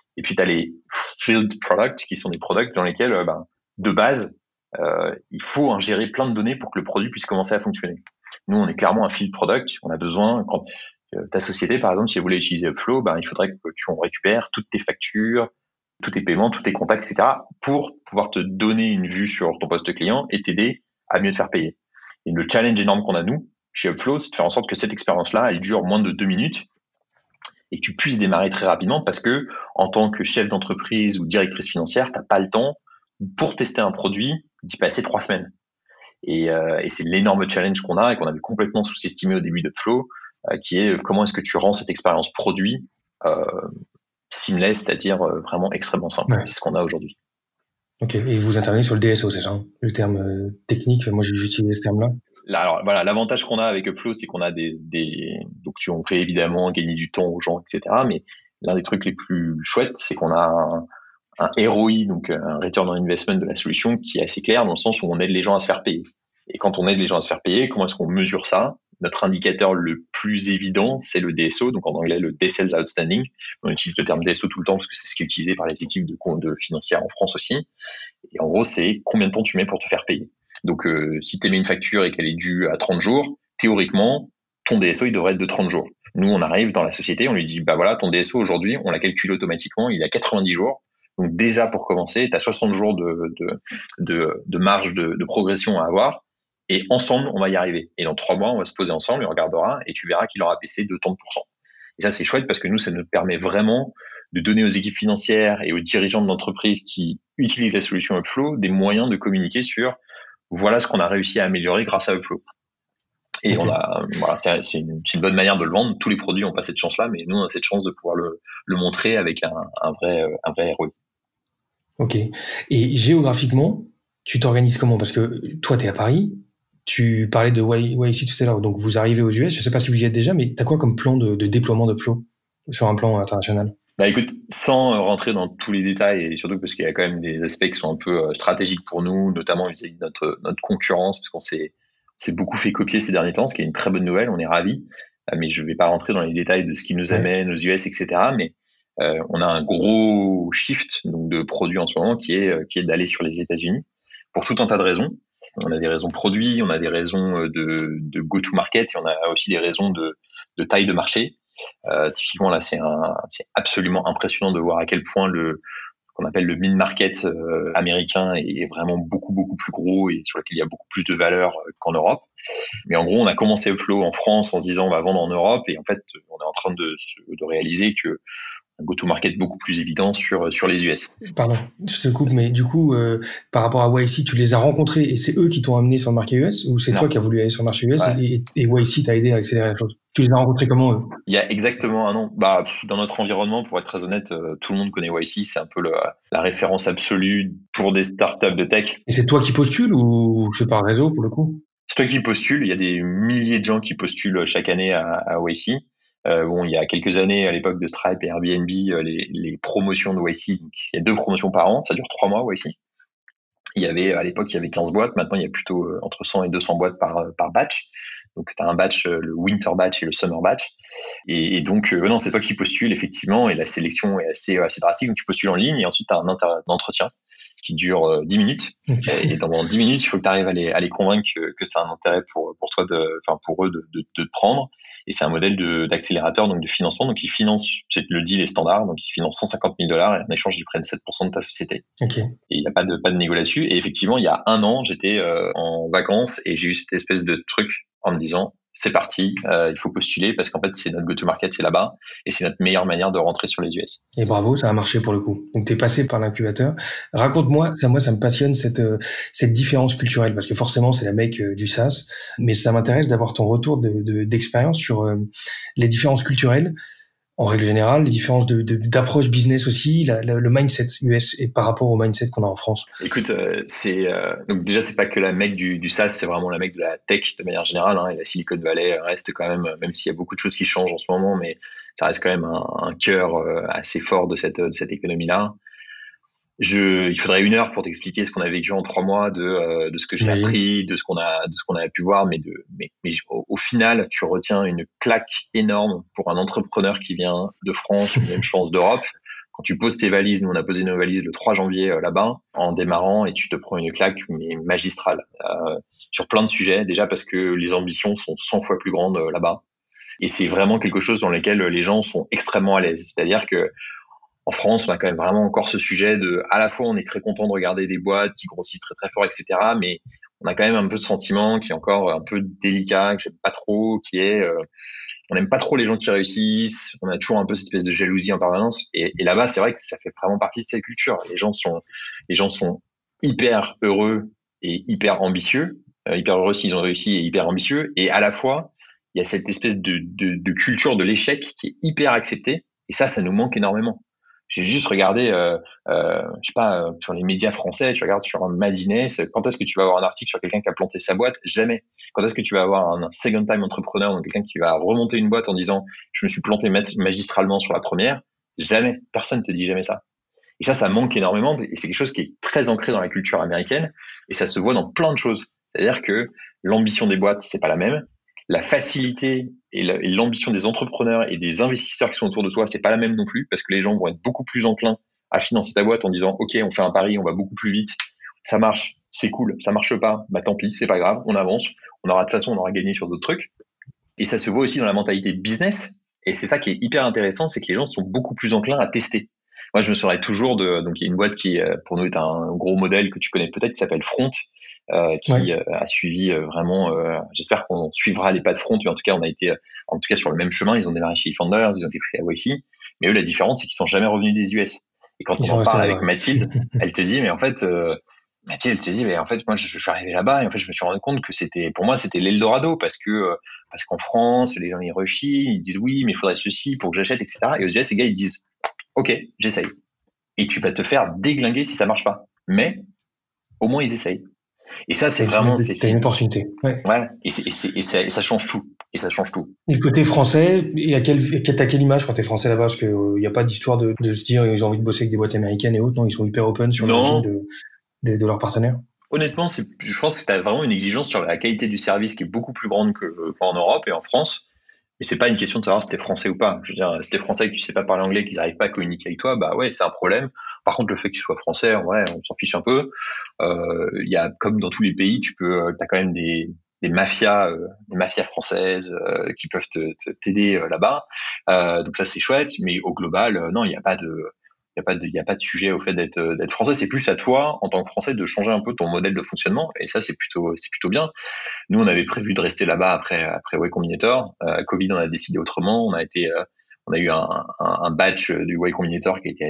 Et puis tu as les field products qui sont des products dans lesquels de base il faut ingérer plein de données pour que le produit puisse commencer à fonctionner. Nous, on est clairement un field product. On a besoin, quand ta société, par exemple, si elle voulait utiliser Upflow, il faudrait que tu en récupères toutes tes factures, tous tes paiements, tous tes contacts, etc., pour pouvoir te donner une vue sur ton poste client et t'aider à mieux te faire payer. Et le challenge énorme qu'on a, nous, chez Upflow, c'est de faire en sorte que cette expérience-là, elle dure moins de 2 minutes et que tu puisses démarrer très rapidement parce que, en tant que chef d'entreprise ou directrice financière, t'as pas le temps pour tester un produit d'y passer 3 semaines. Et c'est l'énorme challenge qu'on a et qu'on avait complètement sous-estimé au début d'Upflow, qui est comment est-ce que tu rends cette expérience produit seamless, c'est-à-dire vraiment extrêmement simple. Ouais. C'est ce qu'on a aujourd'hui. Ok, et vous intervenez sur le DSO, c'est ça, hein, le terme technique. Moi, j'utilise ce terme-là. Alors voilà, l'avantage qu'on a avec Upflow, c'est qu'on a donc on fait évidemment gagner du temps aux gens, etc. Mais l'un des trucs les plus chouettes, c'est qu'on a un ROI, donc un return on investment de la solution qui est assez clair dans le sens où on aide les gens à se faire payer. Et quand on aide les gens à se faire payer, comment est-ce qu'on mesure ça? Notre indicateur le plus évident, c'est le DSO, donc en anglais le Day Sales Outstanding. On utilise le terme DSO tout le temps parce que c'est ce qui est utilisé par les équipes de financières en France aussi. Et en gros, c'est combien de temps tu mets pour te faire payer. Donc si tu émets une facture et qu'elle est due à 30 jours, théoriquement, ton DSO, il devrait être de 30 jours. Nous, on arrive dans la société, on lui dit, voilà, ton DSO aujourd'hui, on l'a calculé automatiquement, il est à 90 jours. Donc déjà, pour commencer, tu as 60 jours de marge de progression à avoir. Et ensemble, on va y arriver. Et dans 3 mois, on va se poser ensemble et on regardera et tu verras qu'il aura baissé de tant de pourcents. Et ça, c'est chouette parce que nous, ça nous permet vraiment de donner aux équipes financières et aux dirigeants de l'entreprise qui utilisent la solution Upflow des moyens de communiquer sur voilà ce qu'on a réussi à améliorer grâce à Upflow. Et okay. C'est une bonne manière de le vendre. Tous les produits n'ont pas cette chance-là, mais nous, on a cette chance de pouvoir le montrer avec un vrai ROI. Ok. Et géographiquement, tu t'organises comment? Parce que toi, tu es à Paris. Tu parlais de YC tout à l'heure, donc vous arrivez aux US. Je ne sais pas si vous y êtes déjà, mais tu as quoi comme plan de déploiement d'Upflow sur un plan international? Écoute, sans rentrer dans tous les détails, et surtout parce qu'il y a quand même des aspects qui sont un peu stratégiques pour nous, notamment vis-à-vis de notre concurrence, parce qu'on s'est beaucoup fait copier ces derniers temps, ce qui est une très bonne nouvelle, on est ravis. Mais je ne vais pas rentrer dans les détails de ce qui nous amène aux US, etc. Mais on a un gros shift donc, de produits en ce moment qui est d'aller sur les États-Unis pour tout un tas de raisons. On a des raisons produits, on a des raisons de go-to-market et on a aussi des raisons de taille de marché. Typiquement, là, c'est absolument impressionnant de voir à quel point qu'on appelle le mid-market américain est vraiment beaucoup, beaucoup plus gros et sur lequel il y a beaucoup plus de valeur qu'en Europe. Mais en gros, on a commencé Upflow en France en se disant on va vendre en Europe et en fait, on est en train de réaliser que un go-to-market beaucoup plus évident sur les US. Pardon, je te coupe, mais du coup, par rapport à YC, tu les as rencontrés et c'est eux qui t'ont amené sur le marché US ou c'est toi qui as voulu aller sur le marché US et YC t'a aidé à accélérer la chose? Tu les as rencontrés comment, eux? Il y a exactement un an. Dans notre environnement, pour être très honnête, tout le monde connaît YC. C'est un peu la référence absolue pour des startups de tech. Et c'est toi qui postules ou c'est par réseau pour le coup? C'est toi qui postules. Il y a des milliers de gens qui postulent chaque année à YC. Il y a quelques années, à l'époque de Stripe et Airbnb, les promotions de YC, donc il y a 2 promotions par an, ça dure 3 mois YC. À l'époque, il y avait 15 boîtes, maintenant il y a plutôt entre 100 et 200 boîtes par batch. Donc tu as un batch, le winter batch et le summer batch. Et donc, non, c'est toi qui postules, effectivement, et la sélection est assez drastique. Donc tu postules en ligne et ensuite tu as un entretien qui dure 10 minutes. Okay. Et dans 10 minutes, il faut que tu arrives à les convaincre que c'est un intérêt pour toi pour eux de te prendre. Et c'est un modèle d'accélérateur, donc de financement. Donc, ils financent, le deal est standard. Donc, ils financent $150 000 et en échange, ils prennent 7% de ta société. Okay. Et il n'y a pas de négo là-dessus. Et effectivement, il y a 1 an, j'étais en vacances et j'ai eu cette espèce de truc en me disant, c'est parti, il faut postuler parce qu'en fait, c'est notre go-to-market, c'est là-bas et c'est notre meilleure manière de rentrer sur les US. Et bravo, ça a marché pour le coup. Donc, tu es passé par l'incubateur. Raconte-moi, ça me passionne cette différence culturelle parce que forcément, c'est la mecque du SaaS, mais ça m'intéresse d'avoir ton retour d'expérience sur les différences culturelles en règle générale, les différences d'approche business aussi, le mindset US et par rapport au mindset qu'on a en France. Écoute, donc déjà c'est pas que la mecque du SaaS, c'est vraiment la mecque de la tech de manière générale. Et la Silicon Valley reste quand même s'il y a beaucoup de choses qui changent en ce moment, mais ça reste quand même un cœur assez fort de cette économie-là. Il faudrait 1 heure pour t'expliquer ce qu'on a vécu en 3 mois, de ce que j'ai appris, de ce qu'on a pu voir, mais au final, tu retiens une claque énorme pour un entrepreneur qui vient de France ou même je pense d'Europe. Quand tu poses tes valises, nous on a posé nos valises le 3 janvier là-bas en démarrant et tu te prends une claque mais magistrale sur plein de sujets. Déjà parce que les ambitions sont 100 fois plus grandes là-bas et c'est vraiment quelque chose dans lequel les gens sont extrêmement à l'aise. C'est-à-dire que en France, on a quand même vraiment encore ce sujet de, à la fois, on est très content de regarder des boîtes qui grossissent très très fort, etc. Mais on a quand même un peu de sentiment qui est encore un peu délicat, que j'aime pas trop, qui est, on n'aime pas trop les gens qui réussissent. On a toujours un peu cette espèce de jalousie en permanence. Et là-bas, c'est vrai que ça fait vraiment partie de cette culture. Les gens sont hyper heureux et hyper ambitieux, hyper heureux s'ils ont réussi et hyper ambitieux. Et à la fois, il y a cette espèce de culture de l'échec qui est hyper acceptée. Et ça nous manque énormément. J'ai juste regardé, je sais pas, sur les médias français, tu regardes sur un Mad Inès, quand est-ce que tu vas avoir un article sur quelqu'un qui a planté sa boîte? Jamais. Quand est-ce que tu vas avoir un second time entrepreneur, donc quelqu'un qui va remonter une boîte en disant je me suis planté magistralement sur la première? Jamais. Personne te dit jamais ça. Et ça manque énormément et c'est quelque chose qui est très ancré dans la culture américaine et ça se voit dans plein de choses. C'est-à-dire que l'ambition des boîtes, c'est pas la même. La facilité et l'ambition des entrepreneurs et des investisseurs qui sont autour de toi, c'est pas la même non plus, parce que les gens vont être beaucoup plus enclins à financer ta boîte en disant, OK, on fait un pari, on va beaucoup plus vite, ça marche, c'est cool, ça marche pas, bah tant pis, c'est pas grave, on avance, de toute façon, on aura gagné sur d'autres trucs. Et ça se voit aussi dans la mentalité business, et c'est ça qui est hyper intéressant, c'est que les gens sont beaucoup plus enclins à tester. Moi, je me souviens toujours donc il y a une boîte qui, pour nous, est un gros modèle que tu connais peut-être, qui s'appelle Front, qui a suivi vraiment, j'espère qu'on suivra les pas de Front, mais en tout cas, on a été, en tout cas, sur le même chemin. Ils ont démarré chez eFounders, ils ont été pris à YC, mais eux, la différence, c'est qu'ils sont jamais revenus des US. Et quand on en parle avec Mathilde, elle te dit, mais en fait, Mathilde, elle te dit, mais en fait, moi, je suis arrivé là-bas et en fait, je me suis rendu compte que pour moi, c'était l'Eldorado parce qu'en France, les gens, ils rechient, ils disent oui, mais il faudrait ceci pour que j'achète, etc. Et aux US, les gars, ils disent, OK, j'essaye. Et tu vas te faire déglinguer si ça marche pas. Mais, au moins, ils essayent. Et ça, c'est vraiment, c'est une opportunité. Ouais. Et ça change tout. Et ça change tout. Et le côté français, t'as quelle image quand t'es français là-bas? Parce que y a pas d'histoire de se dire, j'ai envie de bosser avec des boîtes américaines et autres. Non, ils sont hyper open sur l'origine de leurs partenaires. Honnêtement, je pense que t'as vraiment une exigence sur la qualité du service qui est beaucoup plus grande qu'en Europe et en France. Mais c'est pas une question de savoir si t'es français ou pas. Je veux dire, si t'es français et que tu sais pas parler anglais, qu'ils arrivent pas à communiquer avec toi, bah ouais, c'est un problème. Par contre, le fait que tu sois français, ouais, on s'en fiche un peu. Il y a, comme dans tous les pays, t'as quand même des mafias françaises qui peuvent t'aider là-bas. Donc ça, c'est chouette. Mais au global, non, il y a pas de sujet au fait d'être français. C'est plus à toi, en tant que français, de changer un peu ton modèle de fonctionnement. Et ça, c'est plutôt bien. Nous, on avait prévu de rester là-bas après Y Combinator. Covid, on a décidé autrement. On a eu un batch du Y Combinator qui a été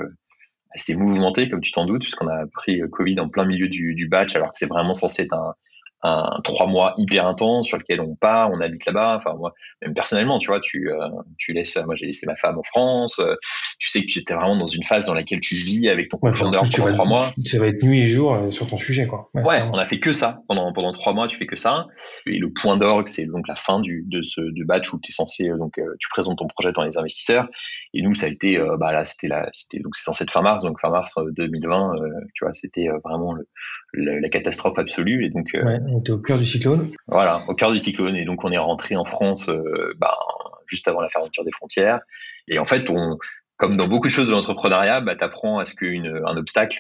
assez mouvementé, comme tu t'en doutes, puisqu'on a pris Covid en plein milieu du batch, alors que c'est vraiment censé être un 3 mois hyper intense sur lequel on part, on habite là-bas. Enfin, moi, même personnellement, tu vois, tu laisses, moi, j'ai laissé ma femme en France. Tu sais que j'étais vraiment dans une phase dans laquelle tu vis avec ton co-founder pendant 3 mois. Ça va être nuit et jour sur ton sujet, quoi. Ouais, on a fait que ça. Pendant 3 mois, tu fais que ça. Et le point d'orgue, c'est donc la fin du batch où tu es censé, tu présentes ton projet dans les investisseurs. Et nous, ça a été, là, donc c'est censé être fin mars 2020, tu vois, c'était vraiment la catastrophe absolue. Et donc, on était au cœur du cyclone. Voilà, au cœur du cyclone. Et donc, on est rentré en France, juste avant la fermeture des frontières. Et en fait, comme dans beaucoup de choses de l'entrepreneuriat, t'apprends à ce qu'un obstacle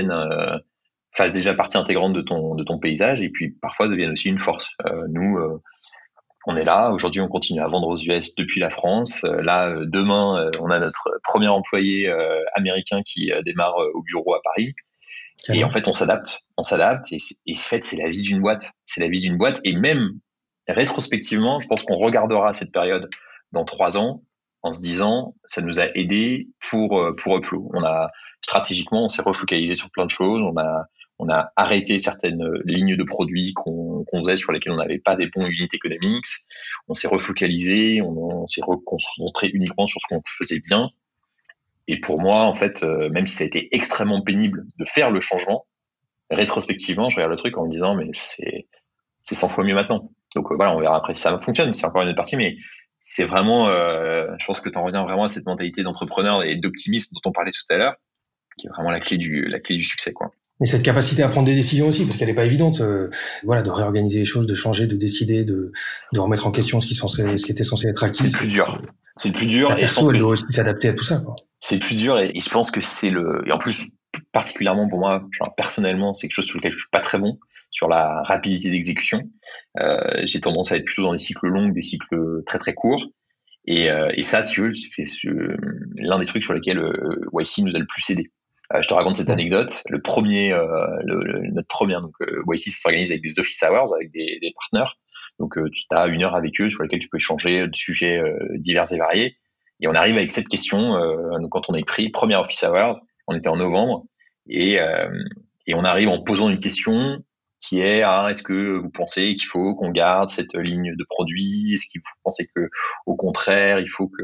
fasse déjà partie intégrante de ton paysage et puis parfois devienne aussi une force. Nous, on est là. Aujourd'hui, on continue à vendre aux US depuis la France. Demain, on a notre premier employé américain qui démarre au bureau à Paris. Et en fait, on s'adapte. Et en fait, c'est la vie d'une boîte. C'est la vie d'une boîte. Et même rétrospectivement, je pense qu'on regardera cette période dans 3 ans en se disant, ça nous a aidé pour Upflow. Stratégiquement, on s'est refocalisé sur plein de choses. On a arrêté certaines lignes de produits qu'on faisait sur lesquelles on n'avait pas des bons unit economics. On s'est refocalisé. On s'est reconcentré uniquement sur ce qu'on faisait bien. Et pour moi, en fait, même si ça a été extrêmement pénible de faire le changement, rétrospectivement, je regarde le truc en me disant, mais c'est 100 fois mieux maintenant. Donc voilà, on verra après si ça fonctionne. C'est encore une autre partie, mais c'est vraiment, je pense que tu en reviens vraiment à cette mentalité d'entrepreneur et d'optimisme dont on parlait tout à l'heure, qui est vraiment la clé du succès, quoi. Et cette capacité à prendre des décisions aussi, parce qu'elle n'est pas évidente, voilà, de réorganiser les choses, de changer, de décider, de remettre en question ce qui était censé être acquis. C'est le plus dur. C'est le plus dur. La perso, elle doit aussi s'adapter à tout ça, quoi. C'est le plus dur et je pense que et en plus, particulièrement pour moi, genre, personnellement, c'est quelque chose sur lequel je suis pas très bon, sur la rapidité d'exécution. J'ai tendance à être plutôt dans des cycles longs, des cycles très très courts. Et ça, tu veux, c'est l'un des trucs sur lesquels YC nous a le plus aidé. Je te raconte cette anecdote. Notre premier, donc YC, ça s'organise avec des office hours, avec des partenaires. Donc tu as 1 heure avec eux sur laquelle tu peux échanger de sujets divers et variés. Et on arrive avec cette question donc quand on est pris, première office hour, on était en novembre, et on arrive en posant une question qui est est-ce que vous pensez qu'il faut qu'on garde cette ligne de produit? Est-ce que vous pensez que au contraire il faut que...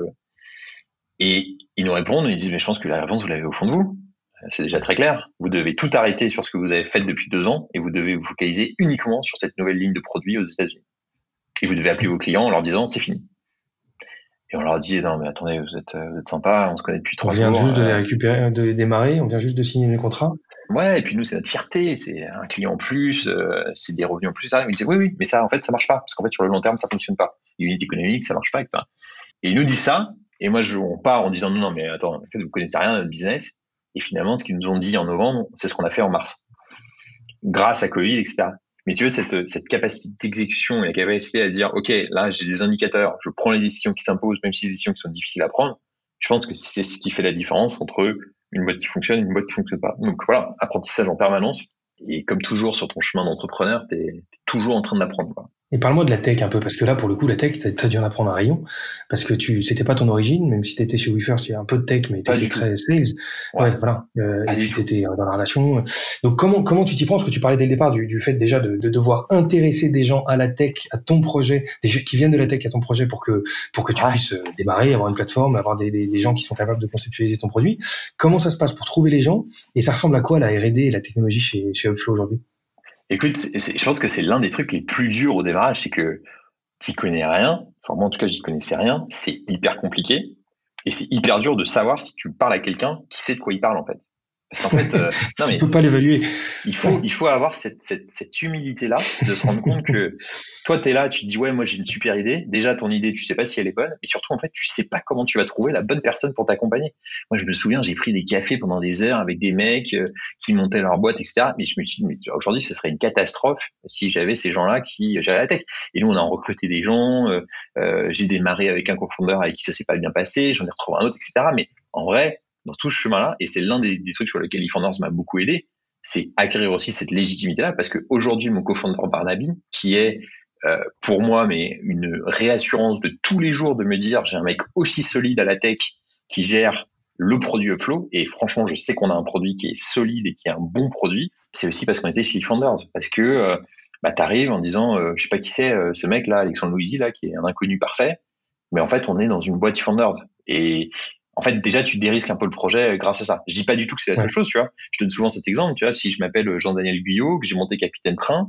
Et ils nous répondent, ils disent mais je pense que la réponse vous l'avez au fond de vous. C'est déjà très clair. Vous devez tout arrêter sur ce que vous avez fait depuis 2 ans et vous devez vous focaliser uniquement sur cette nouvelle ligne de produit aux États-Unis. Et vous devez appeler vos clients en leur disant c'est fini. Et on leur dit non mais attendez, vous êtes sympa, on se connaît depuis 3 jours. On vient juste de les récupérer, de démarrer, on vient juste de signer les contrats. Ouais, et puis nous c'est notre fierté, c'est un client en plus, c'est des revenus en plus. Ils disent oui, mais ça en fait ça marche pas parce qu'en fait sur le long terme ça fonctionne pas. Unité économique ça marche pas, etc. Et ils nous disent ça, et moi on part en disant non mais attends, en fait vous connaissez rien à notre business. Et finalement ce qu'ils nous ont dit en novembre, c'est ce qu'on a fait en mars, grâce à Covid, etc. Mais tu veux, cette capacité d'exécution et la capacité à dire, OK, là, j'ai des indicateurs, je prends les décisions qui s'imposent, même si les décisions qui sont difficiles à prendre, je pense que c'est ce qui fait la différence entre une boîte qui fonctionne et une boîte qui fonctionne pas. Donc voilà, apprentissage en permanence. Et comme toujours sur ton chemin d'entrepreneur, t'es toujours en train d'apprendre, quoi. Et parle-moi de la tech un peu, parce que là, pour le coup, la tech, t'as dû en apprendre un rayon, parce que c'était pas ton origine, même si t'étais chez WeFirst, il y a un peu de tech, mais t'étais très sales. Ouais, voilà. Et puis t'étais dans la relation. Donc comment tu t'y prends? Parce que tu parlais dès le départ du fait déjà de devoir intéresser des gens à la tech, à ton projet, des gens qui viennent de la tech à ton projet pour que tu puisses démarrer, avoir une plateforme, avoir des gens qui sont capables de conceptualiser ton produit. Comment ça se passe pour trouver les gens? Et ça ressemble à quoi la R&D et la technologie chez Upflow aujourd'hui? Écoute, je pense que c'est l'un des trucs les plus durs au démarrage, c'est que t'y connais rien. Enfin, moi, en tout cas, j'y connaissais rien. C'est hyper compliqué. Et c'est hyper dur de savoir si tu parles à quelqu'un qui sait de quoi il parle, en fait. Parce qu'en fait, non, mais tu peux pas l'évaluer. Il faut avoir cette humilité-là, de se rendre compte que toi, t'es là, tu te dis, ouais, moi, j'ai une super idée. Déjà, ton idée, tu sais pas si elle est bonne. Et surtout, en fait, tu sais pas comment tu vas trouver la bonne personne pour t'accompagner. Moi, je me souviens, j'ai pris des cafés pendant des heures avec des mecs qui montaient leur boîte, etc. Mais je me suis dit, mais aujourd'hui, ce serait une catastrophe si j'avais ces gens-là qui géraient la tech. Et nous, on a recruté des gens. J'ai démarré avec un cofondeur avec qui ça s'est pas bien passé. J'en ai retrouvé un autre, etc. Mais en vrai, dans tout ce chemin-là, et c'est l'un des trucs sur lesquels eFounders m'a beaucoup aidé, c'est acquérir aussi cette légitimité-là, parce que aujourd'hui, mon cofondeur Barnaby, qui est pour moi mais une réassurance de tous les jours de me dire j'ai un mec aussi solide à la tech qui gère le produit Upflow, et franchement, je sais qu'on a un produit qui est solide et qui est un bon produit, c'est aussi parce qu'on était chez eFounders, parce que t'arrives en disant je sais pas qui c'est ce mec-là, Alexandre Louisy, là, qui est un inconnu parfait, mais en fait, on est dans une boîte eFounders. Et en fait, déjà, tu dérisques un peu le projet grâce à ça. Je dis pas du tout que c'est la seule chose, tu vois. Je donne souvent cet exemple, tu vois. Si je m'appelle Jean-Daniel Guyot, que j'ai monté Capitaine Train,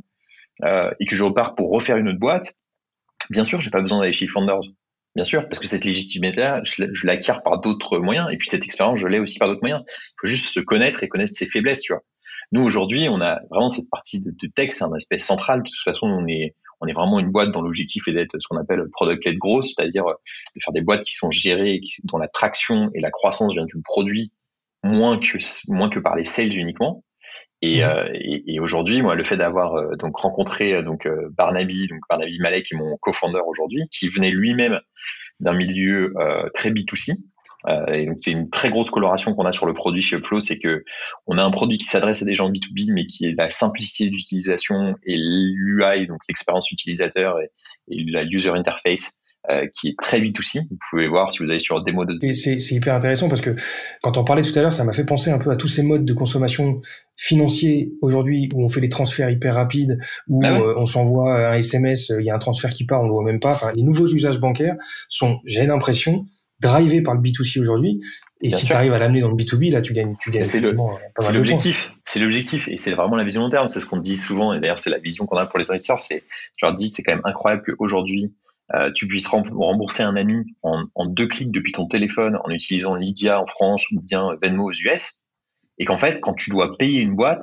et que je repars pour refaire une autre boîte, bien sûr, j'ai pas besoin d'aller chez eFounders. Bien sûr, parce que cette légitimité-là, je l'acquiers par d'autres moyens. Et puis, cette expérience, je l'ai aussi par d'autres moyens. Il faut juste se connaître et connaître ses faiblesses, tu vois. Nous, aujourd'hui, on a vraiment cette partie de tech, c'est un aspect central. De toute façon, on est vraiment une boîte dont l'objectif est d'être ce qu'on appelle product-led growth, c'est-à-dire de faire des boîtes qui sont gérées, dont la traction et la croissance vient du produit moins que par les sales uniquement. Et aujourd'hui, moi, le fait d'avoir donc rencontré Barnaby Malek, qui est mon co-founder aujourd'hui, qui venait lui-même d'un milieu très B2C. Et donc c'est une très grosse coloration qu'on a sur le produit chez Upflow, c'est que on a un produit qui s'adresse à des gens B2B, mais qui est la simplicité d'utilisation et l'UI, donc l'expérience utilisateur et la user interface, qui est très B2C. Vous pouvez voir si vous allez sur démo de... C'est hyper intéressant parce que quand on parlait tout à l'heure, ça m'a fait penser un peu à tous ces modes de consommation financiers aujourd'hui où on fait des transferts hyper rapides, où on s'envoie un SMS, il y a un transfert qui part, on le voit même pas. Enfin, les nouveaux usages bancaires sont, j'ai l'impression, drivés par le B2C aujourd'hui. Et bien si tu arrives à l'amener dans le B2B, là, tu gagnes c'est l'objectif. C'est l'objectif. Et c'est vraiment la vision long terme. C'est ce qu'on dit souvent. Et d'ailleurs, c'est la vision qu'on a pour les investisseurs. Je leur dis, c'est quand même incroyable qu'aujourd'hui, tu puisses rembourser un ami en 2 clics depuis ton téléphone en utilisant Lydia en France ou bien Venmo aux US. Et qu'en fait, quand tu dois payer une boîte,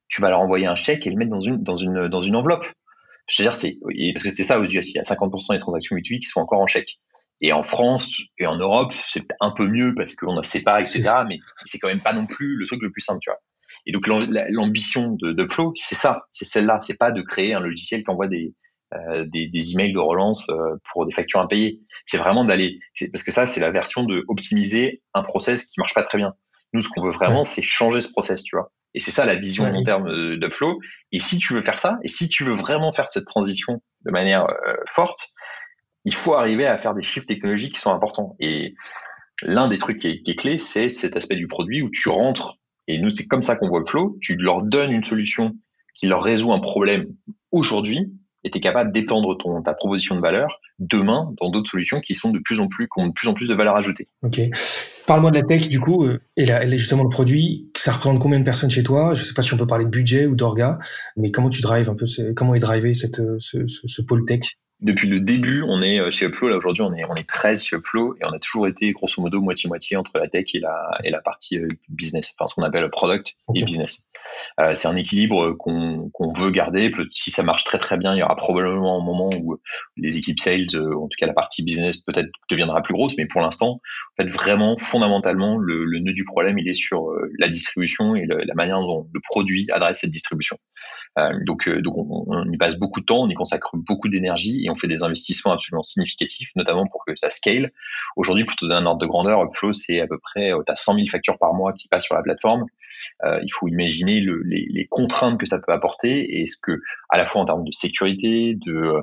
tu vas leur envoyer un chèque et le mettre dans une enveloppe. Je veux dire, parce que c'est ça aux US, il y a 50% des transactions B2B qui sont encore en chèque. Et en France et en Europe, c'est un peu mieux parce qu'on a SEPA, etc. Mais c'est quand même pas non plus le truc le plus simple, tu vois. Et donc l'ambition de Flow, c'est ça, c'est celle-là. C'est pas de créer un logiciel qui envoie des emails de relance pour des factures impayées. C'est vraiment parce que ça, c'est la version de optimiser un process qui marche pas très bien. Nous, ce qu'on veut vraiment, c'est changer ce process, tu vois. Et c'est ça la vision long terme d'Upflow. Et si tu veux faire ça, et si tu veux vraiment faire cette transition de manière forte, il faut arriver à faire des shifts technologiques qui sont importants. Et l'un des trucs qui est clé, c'est cet aspect du produit où tu rentres, et nous, c'est comme ça qu'on voit Upflow, tu leur donnes une solution qui leur résout un problème aujourd'hui, et tu es capable d'étendre ta proposition de valeur demain dans d'autres solutions qui ont de plus en plus de valeur ajoutée. Ok. Parle-moi de la tech, du coup, et justement le produit, ça représente combien de personnes chez toi? Je sais pas si on peut parler de budget ou d'orga, mais comment tu drives un peu, comment est drivé ce pôle tech? Depuis le début, on est chez Upflow. Là, aujourd'hui, on est 13 chez Upflow et on a toujours été, grosso modo, moitié-moitié entre la tech et la partie business. Enfin, ce qu'on appelle product et business. C'est un équilibre qu'on veut garder. Si ça marche très, très bien, il y aura probablement un moment où les équipes sales, en tout cas la partie business, peut-être deviendra plus grosse. Mais pour l'instant, en fait, vraiment, fondamentalement, le nœud du problème, il est sur la distribution et la manière dont le produit adresse cette distribution. Donc on y passe beaucoup de temps, on y consacre beaucoup d'énergie et on fait des investissements absolument significatifs, notamment pour que ça scale. Aujourd'hui, pour te donner un ordre de grandeur, Upflow, c'est à peu près, tu as 100 000 factures par mois qui passent sur la plateforme. Il faut imaginer les contraintes que ça peut apporter et ce que, à la fois en termes de sécurité, de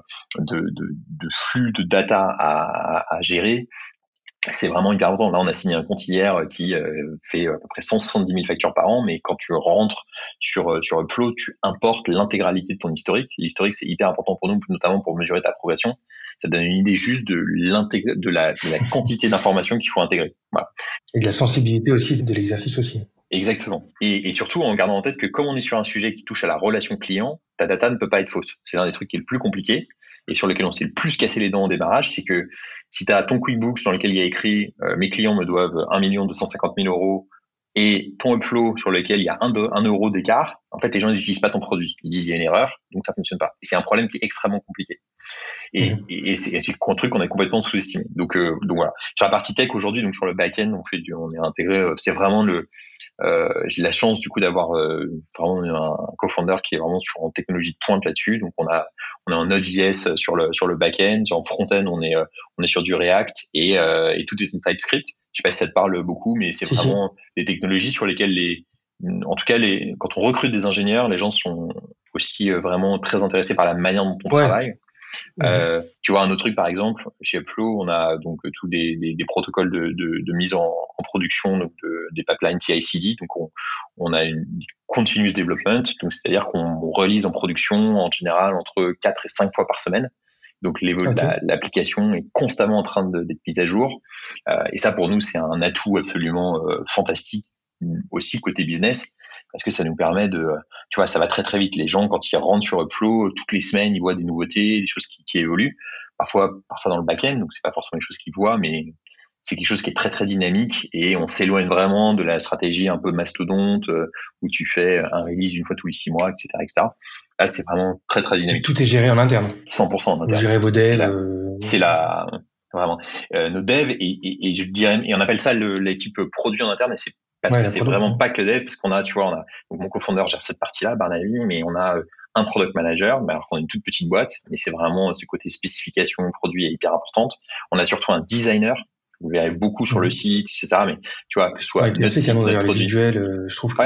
flux de data à gérer, c'est vraiment hyper important. Là, on a signé un compte hier qui fait à peu près 170 000 factures par an, mais quand tu rentres sur Upflow, tu importes l'intégralité de ton historique. L'historique, c'est hyper important pour nous, notamment pour mesurer ta progression. Ça donne une idée juste de la quantité d'informations qu'il faut intégrer. Voilà. Et de la sensibilité aussi de l'exercice aussi. Exactement. Et surtout en gardant en tête que comme on est sur un sujet qui touche à la relation client, ta data ne peut pas être fausse. C'est l'un des trucs qui est le plus compliqué et sur lequel on s'est le plus cassé les dents au démarrage, c'est que si tu as ton QuickBooks dans lequel il y a écrit mes clients me doivent 1 250 000 euros et ton Upflow sur lequel il y a 1 euro d'écart, en fait les gens n'utilisent pas ton produit. Ils disent il y a une erreur, donc ça fonctionne pas. Et c'est un problème qui est extrêmement compliqué. Et c'est un truc qu'on a complètement sous-estimé. Donc voilà. Sur la partie tech aujourd'hui, donc sur le back-end, on est intégré. C'est vraiment j'ai la chance du coup d'avoir vraiment un co-founder qui est vraiment en technologie de pointe là-dessus. Donc on a un Node.js sur le back-end, en front-end on est sur du React et tout est en TypeScript. Je sais pas si ça te parle beaucoup, mais c'est vraiment des technologies sur lesquelles en tout cas quand on recrute des ingénieurs, les gens sont aussi vraiment très intéressés par la manière dont on travaille. Tu vois, un autre truc, par exemple, chez Upflow, on a donc tous des protocoles de mise en production, donc des pipelines CI/CD. Donc, on a une continuous development. Donc, c'est-à-dire qu'on relise en production, en général, entre 4 et 5 fois par semaine. Donc, l'application est constamment en train d'être mise à jour. Et ça, pour nous, c'est un atout absolument fantastique, aussi côté business. Parce que ça nous permet tu vois, ça va très très vite. Les gens, quand ils rentrent sur Upflow, toutes les semaines, ils voient des nouveautés, des choses qui évoluent. Parfois dans le back-end, donc c'est pas forcément les choses qu'ils voient, mais c'est quelque chose qui est très très dynamique et on s'éloigne vraiment de la stratégie un peu mastodonte où tu fais un release une fois tous les 6 mois, etc., etc. Là, c'est vraiment très très dynamique. Tout est géré en interne. 100% en interne. Vous gérez vos devs. C'est vraiment nos devs et je dirais, et on appelle ça l'équipe produit en interne et c'est parce que c'est vraiment pas que le dev, parce qu'on a, tu vois, donc mon co-founder gère cette partie-là, Barnaby, mais on a un product manager, mais alors qu'on est une toute petite boîte, mais c'est vraiment ce côté spécification produit est hyper importante. On a surtout un designer, vous verrez beaucoup sur le site, etc. Mais tu vois, que ce soit notre site, notre visuel, je trouve que.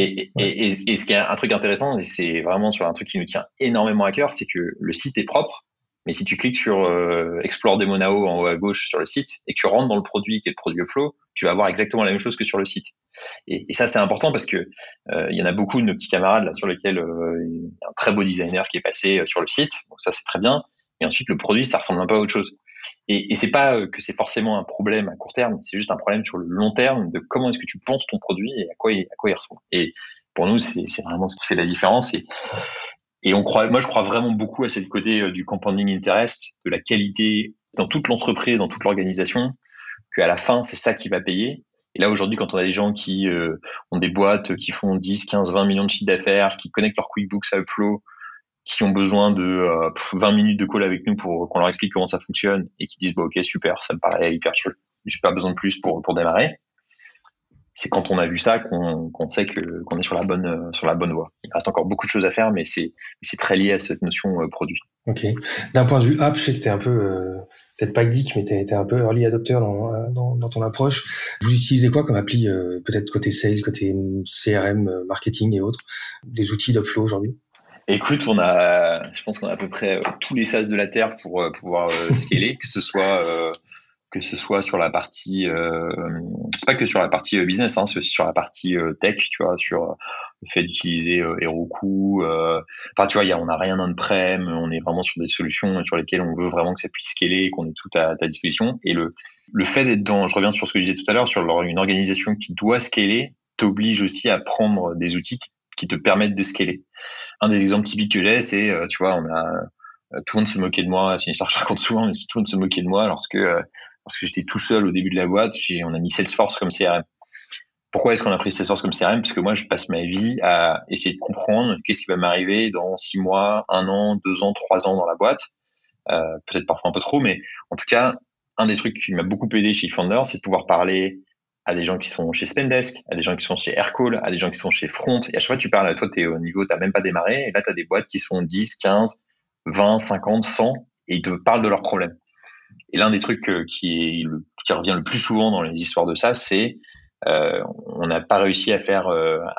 Et ce qui est un truc intéressant, et c'est vraiment sur un truc qui nous tient énormément à cœur, c'est que le site est propre. Mais si tu cliques sur Explore Demo Now en haut à gauche sur le site et que tu rentres dans le produit qui est le produit Upflow, tu vas avoir exactement la même chose que sur le site. Et ça, c'est important parce que il y en a beaucoup de nos petits camarades là sur lesquels il y a un très beau designer qui est passé sur le site. Donc ça, c'est très bien. Et ensuite, le produit, ça ressemble un peu à autre chose. Et c'est pas que c'est forcément un problème à court terme, c'est juste un problème sur le long terme de comment est-ce que tu penses ton produit et à quoi il ressemble. Et pour nous, c'est vraiment ce qui fait la différence. Et moi, je crois vraiment beaucoup à cette côté du compounding interest, de la qualité dans toute l'entreprise, dans toute l'organisation, qu'à la fin, c'est ça qui va payer. Et là, aujourd'hui, quand on a des gens qui ont des boîtes qui font 10, 15, 20 millions de chiffres d'affaires, qui connectent leur QuickBooks à Upflow, qui ont besoin de 20 minutes de call avec nous pour qu'on leur explique comment ça fonctionne et qui disent, bah, ok, super, ça me paraît hyper chaud. J'ai pas besoin de plus pour démarrer. C'est quand on a vu ça qu'on sait qu'on est sur la bonne voie. Il reste encore beaucoup de choses à faire, mais c'est très lié à cette notion produit. Ok. D'un point de vue app, je sais que t'es un peu, peut-être pas geek, mais t'es un peu early adopter dans ton approche. Vous utilisez quoi comme appli, peut-être côté sales, côté CRM, marketing et autres, des outils d'Upflow aujourd'hui? Écoute, je pense qu'on a à peu près tous les SaaS de la terre pour pouvoir scaler, que ce soit sur la partie, c'est pas que sur la partie business, c'est aussi sur la partie tech, tu vois, sur le fait d'utiliser Heroku. Enfin, tu vois, on a rien on-prem, on est vraiment sur des solutions sur lesquelles on veut vraiment que ça puisse scaler, qu'on ait tout à ta disposition. Et le fait d'être je reviens sur ce que je disais tout à l'heure, sur une organisation qui doit scaler, t'oblige aussi à prendre des outils qui te permettent de scaler. Un des exemples typiques que j'ai, c'est, tu vois, tout le monde se moquait de moi, c'est une histoire que je raconte souvent, mais tout le monde se moquait de moi lorsque j'étais tout seul au début de la boîte, on a mis Salesforce comme CRM. Pourquoi est-ce qu'on a pris Salesforce comme CRM? Parce que moi, je passe ma vie à essayer de comprendre qu'est-ce qui va m'arriver dans 6 mois, 1 an, 2 ans, 3 ans dans la boîte. Peut-être parfois un peu trop, mais en tout cas, un des trucs qui m'a beaucoup aidé chez Founder, c'est de pouvoir parler à des gens qui sont chez Spendesk, à des gens qui sont chez Aircall, à des gens qui sont chez Front. Et à chaque fois, tu parles, toi, t'es au niveau, t'as même pas démarré. Et là, t'as des boîtes qui sont 10, 15, 20, 50, 100, et ils te parlent de leurs problèmes. Et l'un des trucs qui revient le plus souvent dans les histoires de ça, c'est on n'a pas réussi à faire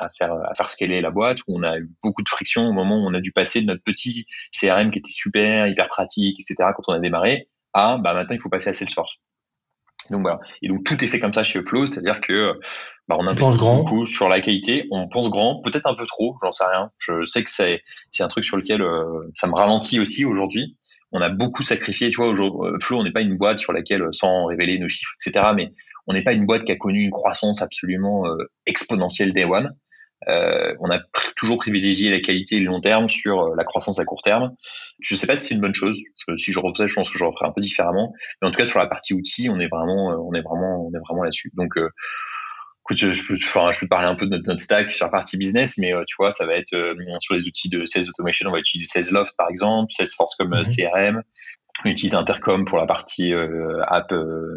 scaler la boîte, où on a eu beaucoup de friction au moment où on a dû passer de notre petit CRM qui était super, hyper pratique, etc. quand on a démarré, à maintenant il faut passer à Salesforce. Donc voilà. Et donc tout est fait comme ça chez Upflow, c'est-à-dire que on investit beaucoup sur la qualité, on pense grand, peut-être un peu trop, j'en sais rien. Je sais que c'est un truc sur lequel ça me ralentit aussi aujourd'hui. On a beaucoup sacrifié, tu vois, aujourd'hui, Upflow, on n'est pas une boîte sur laquelle, sans révéler nos chiffres, etc., mais on n'est pas une boîte qui a connu une croissance absolument exponentielle day one. On a toujours privilégié la qualité et le long terme sur la croissance à court terme. Je sais pas si c'est une bonne chose. Si je refaisais, je pense que je referais un peu différemment. Mais en tout cas, sur la partie outils, on est vraiment là-dessus. Donc, écoute, je peux te parler un peu de notre stack sur la partie business, mais tu vois, ça va être sur les outils de sales automation, on va utiliser Salesloft par exemple, Salesforce comme CRM. On utilise Intercom pour la partie app,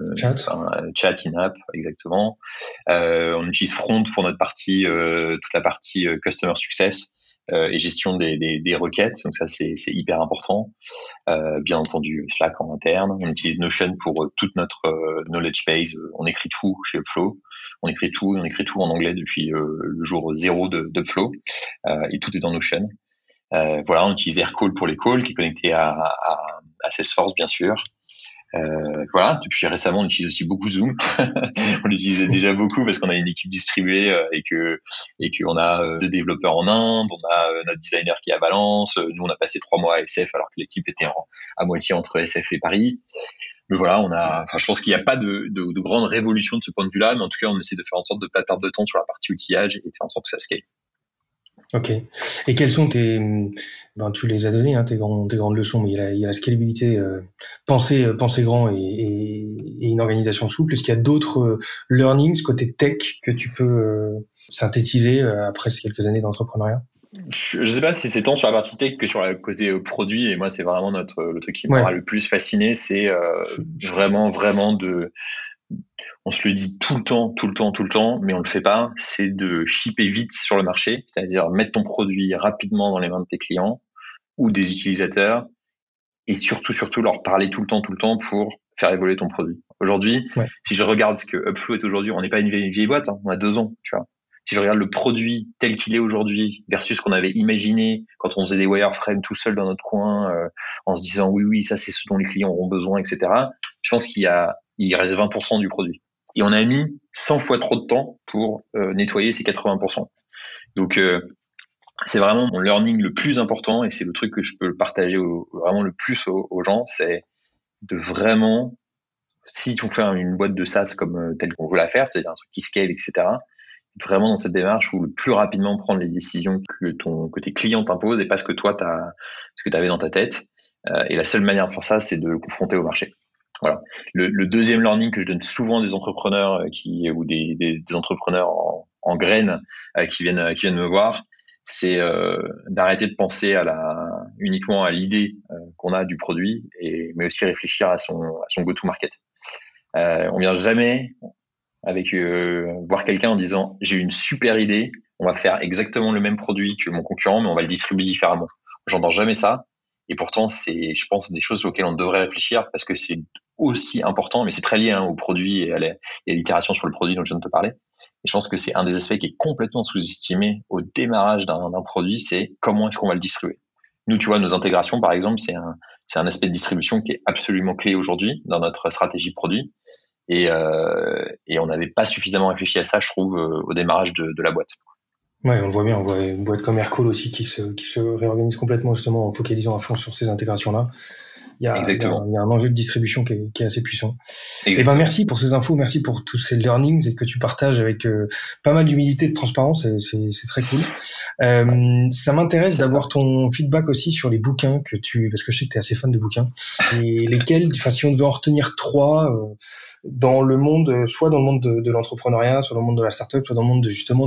chat in-app, exactement. On utilise Front pour notre partie, toute la partie customer success et gestion des requêtes. Donc ça, c'est hyper important. Bien entendu, Slack en interne. On utilise Notion pour toute notre knowledge base. On écrit tout chez Upflow. On écrit tout en anglais depuis le jour 0 d'Upflow. Et tout est dans Notion. Voilà, on utilise Aircall pour les calls, qui est connecté à Salesforce, bien sûr. Voilà, depuis récemment, on utilise aussi beaucoup Zoom. On l'utilisait déjà beaucoup parce qu'on a une équipe distribuée et qu'on a 2 développeurs en Inde, on a notre designer qui est à Valence. Nous, on a passé 3 mois à SF alors que l'équipe était à moitié entre SF et Paris. Mais voilà, je pense qu'il n'y a pas de grande révolution de ce point de vue-là, mais en tout cas, on essaie de faire en sorte de ne pas perdre de temps sur la partie outillage et de faire en sorte que ça scale. Ok. Et quels sont tu les as donnés, tes grandes leçons, mais il y a la scalabilité, penser grand et une organisation souple. Est-ce qu'il y a d'autres learnings côté tech que tu peux synthétiser après ces quelques années d'entrepreneuriat? Je sais pas si c'est tant sur la partie tech que sur le côté produit, et moi c'est vraiment le truc qui m'aura le plus fasciné, c'est vraiment on se le dit tout le temps, mais on le fait pas, c'est de shipper vite sur le marché, c'est-à-dire mettre ton produit rapidement dans les mains de tes clients ou des utilisateurs, et surtout leur parler tout le temps pour faire évoluer ton produit. Aujourd'hui, si je regarde ce que Upflow est aujourd'hui, on n'est pas une vieille boîte, on a 2 ans, tu vois. Si je regarde le produit tel qu'il est aujourd'hui versus ce qu'on avait imaginé quand on faisait des wireframes tout seul dans notre coin, en se disant oui, ça c'est ce dont les clients auront besoin, etc. Je pense qu'il reste 20% du produit. Et on a mis 100 fois trop de temps pour nettoyer ces 80%. Donc, c'est vraiment mon learning le plus important, et c'est le truc que je peux partager vraiment le plus aux gens, c'est de vraiment, si on fait une boîte de SaaS comme telle qu'on veut la faire, c'est-à-dire un truc qui scale, etc., vraiment dans cette démarche où le plus rapidement prendre les décisions que tes clients t'imposent et pas ce que toi ce que tu avais dans ta tête. Et la seule manière de faire ça, c'est de le confronter au marché. Voilà. Le deuxième learning que je donne souvent à des entrepreneurs ou des entrepreneurs en graines qui viennent me voir, c'est d'arrêter de penser uniquement à l'idée qu'on a du produit, mais aussi réfléchir à son go-to-market. On vient jamais avec voir quelqu'un en disant j'ai une super idée, on va faire exactement le même produit que mon concurrent, mais on va le distribuer différemment. J'entends jamais ça. Et pourtant, c'est, je pense, des choses auxquelles on devrait réfléchir parce que c'est aussi important, mais c'est très lié au produit et à l'itération sur le produit dont je viens de te parler. Et je pense que c'est un des aspects qui est complètement sous-estimé au démarrage d'un produit, c'est comment est-ce qu'on va le distribuer. Nous, tu vois, nos intégrations, par exemple, c'est un aspect de distribution qui est absolument clé aujourd'hui dans notre stratégie produit. Et on n'avait pas suffisamment réfléchi à ça, je trouve, au démarrage de la boîte. Ouais, on le voit bien, on voit une boîte comme Aircall aussi qui se réorganise complètement justement en focalisant à fond sur ces intégrations-là. Il y a un enjeu de distribution qui est assez puissant. Et ben merci pour ces infos, merci pour tous ces learnings et que tu partages avec pas mal d'humilité et de transparence, c'est très cool. Ça m'intéresse d'avoir ton feedback aussi sur les bouquins parce que je sais que tu es assez fan de bouquins, et lesquels, enfin si on devait en retenir 3 dans le monde, soit dans le monde de l'entrepreneuriat, soit dans le monde de la startup, soit dans le monde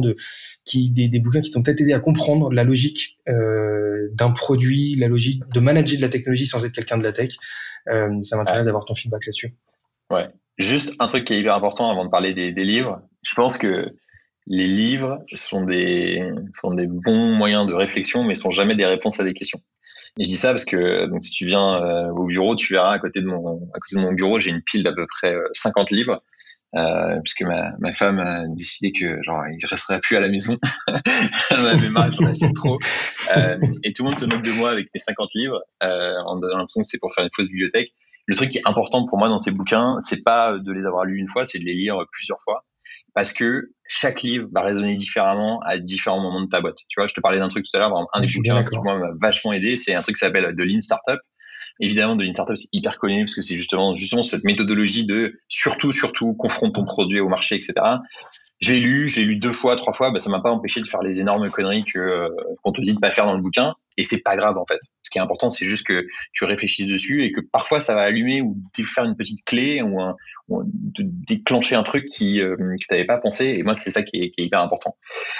des bouquins qui t'ont peut-être aidé à comprendre la logique d'un produit, la logique de manager de la technologie sans être quelqu'un de la tech. Ça m'intéresse d'avoir ton feedback là-dessus. Ouais. Juste un truc qui est hyper important avant de parler des livres. Je pense que les livres sont des bons moyens de réflexion, mais sont jamais des réponses à des questions. Et je dis ça parce que donc si tu viens au bureau, tu verras à côté de mon bureau, j'ai une pile d'à peu près 50 livres. Puisque ma femme a décidé que genre il resterait plus à la maison. Elle en avait marre, j'en achetais trop. Et tout le monde se moque de moi avec mes 50 livres, en donnant l'impression que c'est pour faire une fausse bibliothèque. Le truc qui est important pour moi dans ces bouquins, c'est pas de les avoir lus une fois, c'est de les lire plusieurs fois. Parce que chaque livre va résonner différemment à différents moments de ta boîte. Tu vois, je te parlais d'un truc tout à l'heure, un des bouquins qui moi m'a vachement aidé, c'est un truc qui s'appelle The Lean Startup. Évidemment, de Lean Startup, c'est hyper connu parce que c'est justement cette méthodologie de surtout confronte ton produit au marché, etc. J'ai lu 2 fois, 3 fois, ça m'a pas empêché de faire les énormes conneries qu'on te dit de pas faire dans le bouquin, et c'est pas grave en fait. Ce qui est important, c'est juste que tu réfléchisses dessus et que parfois ça va allumer ou faire une petite clé ou déclencher un truc que t'avais pas pensé. Et moi, c'est ça qui est hyper important.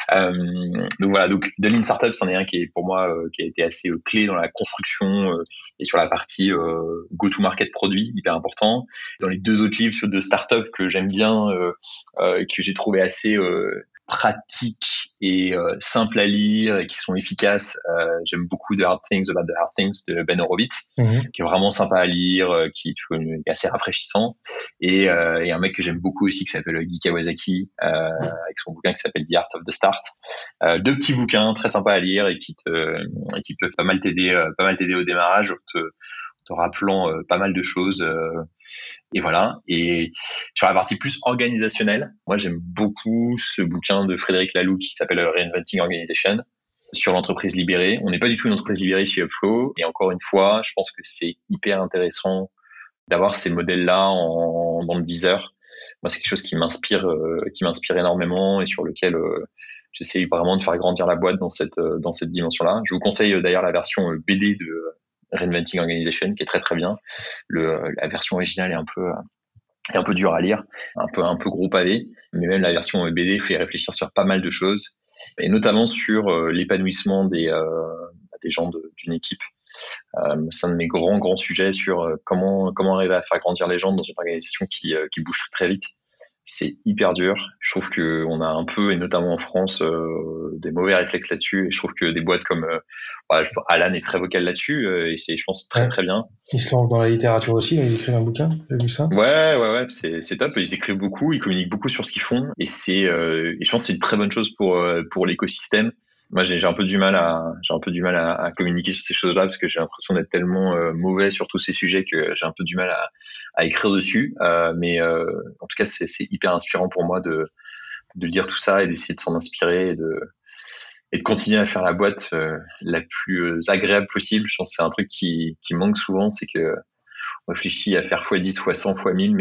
Donc voilà, donc The Lean Startup, c'en est un qui est pour moi qui a été assez clé dans la construction et sur la partie go-to-market produit, hyper important. Dans les 2 autres livres de startup que j'aime bien, que j'ai trouvé assez pratiques et simples à lire et qui sont efficaces. J'aime beaucoup The Hard Things About the Hard Things de Ben Horowitz, qui est vraiment sympa à lire, qui est assez rafraîchissant. Et un mec que j'aime beaucoup aussi qui s'appelle Guy Kawasaki, avec son bouquin qui s'appelle The Art of the Start. 2 petits bouquins très sympas à lire et qui peuvent pas mal t'aider au démarrage, te rappelant pas mal de choses. Et voilà. Et sur la partie plus organisationnelle, moi j'aime beaucoup ce bouquin de Frédéric Laloux qui s'appelle Reinventing Organization sur l'entreprise libérée. On n'est pas du tout une entreprise libérée chez Upflow. Et encore une fois, je pense que c'est hyper intéressant d'avoir ces modèles-là dans le viseur. Moi, c'est quelque chose qui m'inspire énormément et sur lequel j'essaie vraiment de faire grandir la boîte dans cette dimension-là. Je vous conseille d'ailleurs la version BD de Reinventing Organization qui est très très bien. La version originale est un peu dure à lire, un peu gros pavé, mais même la version BD fait réfléchir sur pas mal de choses et notamment sur l'épanouissement des gens d'une équipe. C'est un de mes grands sujets sur comment arriver à faire grandir les gens dans une organisation qui bouge très vite. C'est hyper dur. Je trouve que on a un peu, et notamment en France, des mauvais réflexes là-dessus. Et je trouve que des boîtes comme Alan est très vocal là-dessus, et c'est, je pense, très très bien. Ils se lancent dans la littérature aussi. Ils écrivent un bouquin. J'ai vu ça. Ouais, c'est top. Ils écrivent beaucoup, ils communiquent beaucoup sur ce qu'ils font, et je pense que c'est une très bonne chose pour l'écosystème. Moi, j'ai un peu du mal à communiquer sur ces choses-là parce que j'ai l'impression d'être tellement mauvais sur tous ces sujets que j'ai un peu du mal à écrire dessus. Mais en tout cas, c'est hyper inspirant pour moi de lire tout ça et d'essayer de s'en inspirer et de continuer à faire la boîte la plus agréable possible. Je pense que c'est un truc qui manque souvent, c'est que on réfléchit à faire x10, x100, x1000,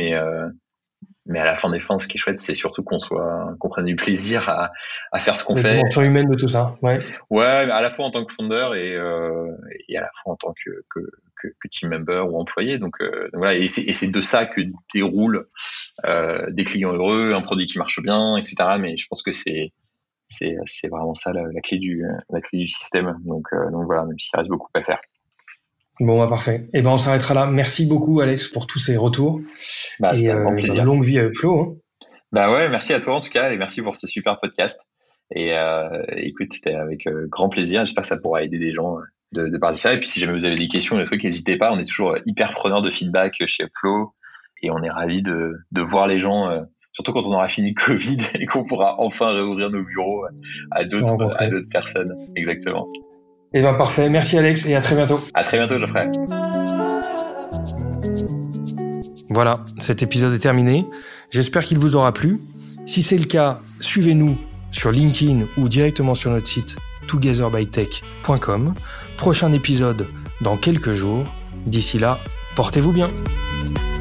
mais à la fin des fins, ce qui est chouette, c'est surtout qu'on prenne du plaisir à faire ce qu'on fait. La dimension humaine de tout ça, ouais. Ouais, à la fois en tant que fondeur et à la fois en tant que que team member ou employé. Donc voilà, et c'est de ça que déroule des clients heureux, un produit qui marche bien, etc. Mais je pense que c'est vraiment ça la clé du système. Donc voilà, même s'il reste beaucoup à faire. Bon, parfait. Et on s'arrêtera là. Merci beaucoup, Alex, pour tous ces retours. C'est un grand plaisir. Longue vie avec Flo. Hein. Ouais, merci à toi en tout cas, et merci pour ce super podcast. Et écoute, c'était avec grand plaisir. J'espère que ça pourra aider des gens de parler de ça. Et puis si jamais vous avez des questions, des trucs, n'hésitez pas. On est toujours hyper preneur de feedback chez Flow, et on est ravis de voir les gens, surtout quand on aura fini le Covid et qu'on pourra enfin réouvrir nos bureaux à d'autres personnes. Exactement. Et parfait. Merci Alex, et à très bientôt. À très bientôt, Geoffrey. Voilà, cet épisode est terminé. J'espère qu'il vous aura plu. Si c'est le cas, suivez-nous sur LinkedIn ou directement sur notre site togetherbytech.com. Prochain épisode dans quelques jours. D'ici là, portez-vous bien.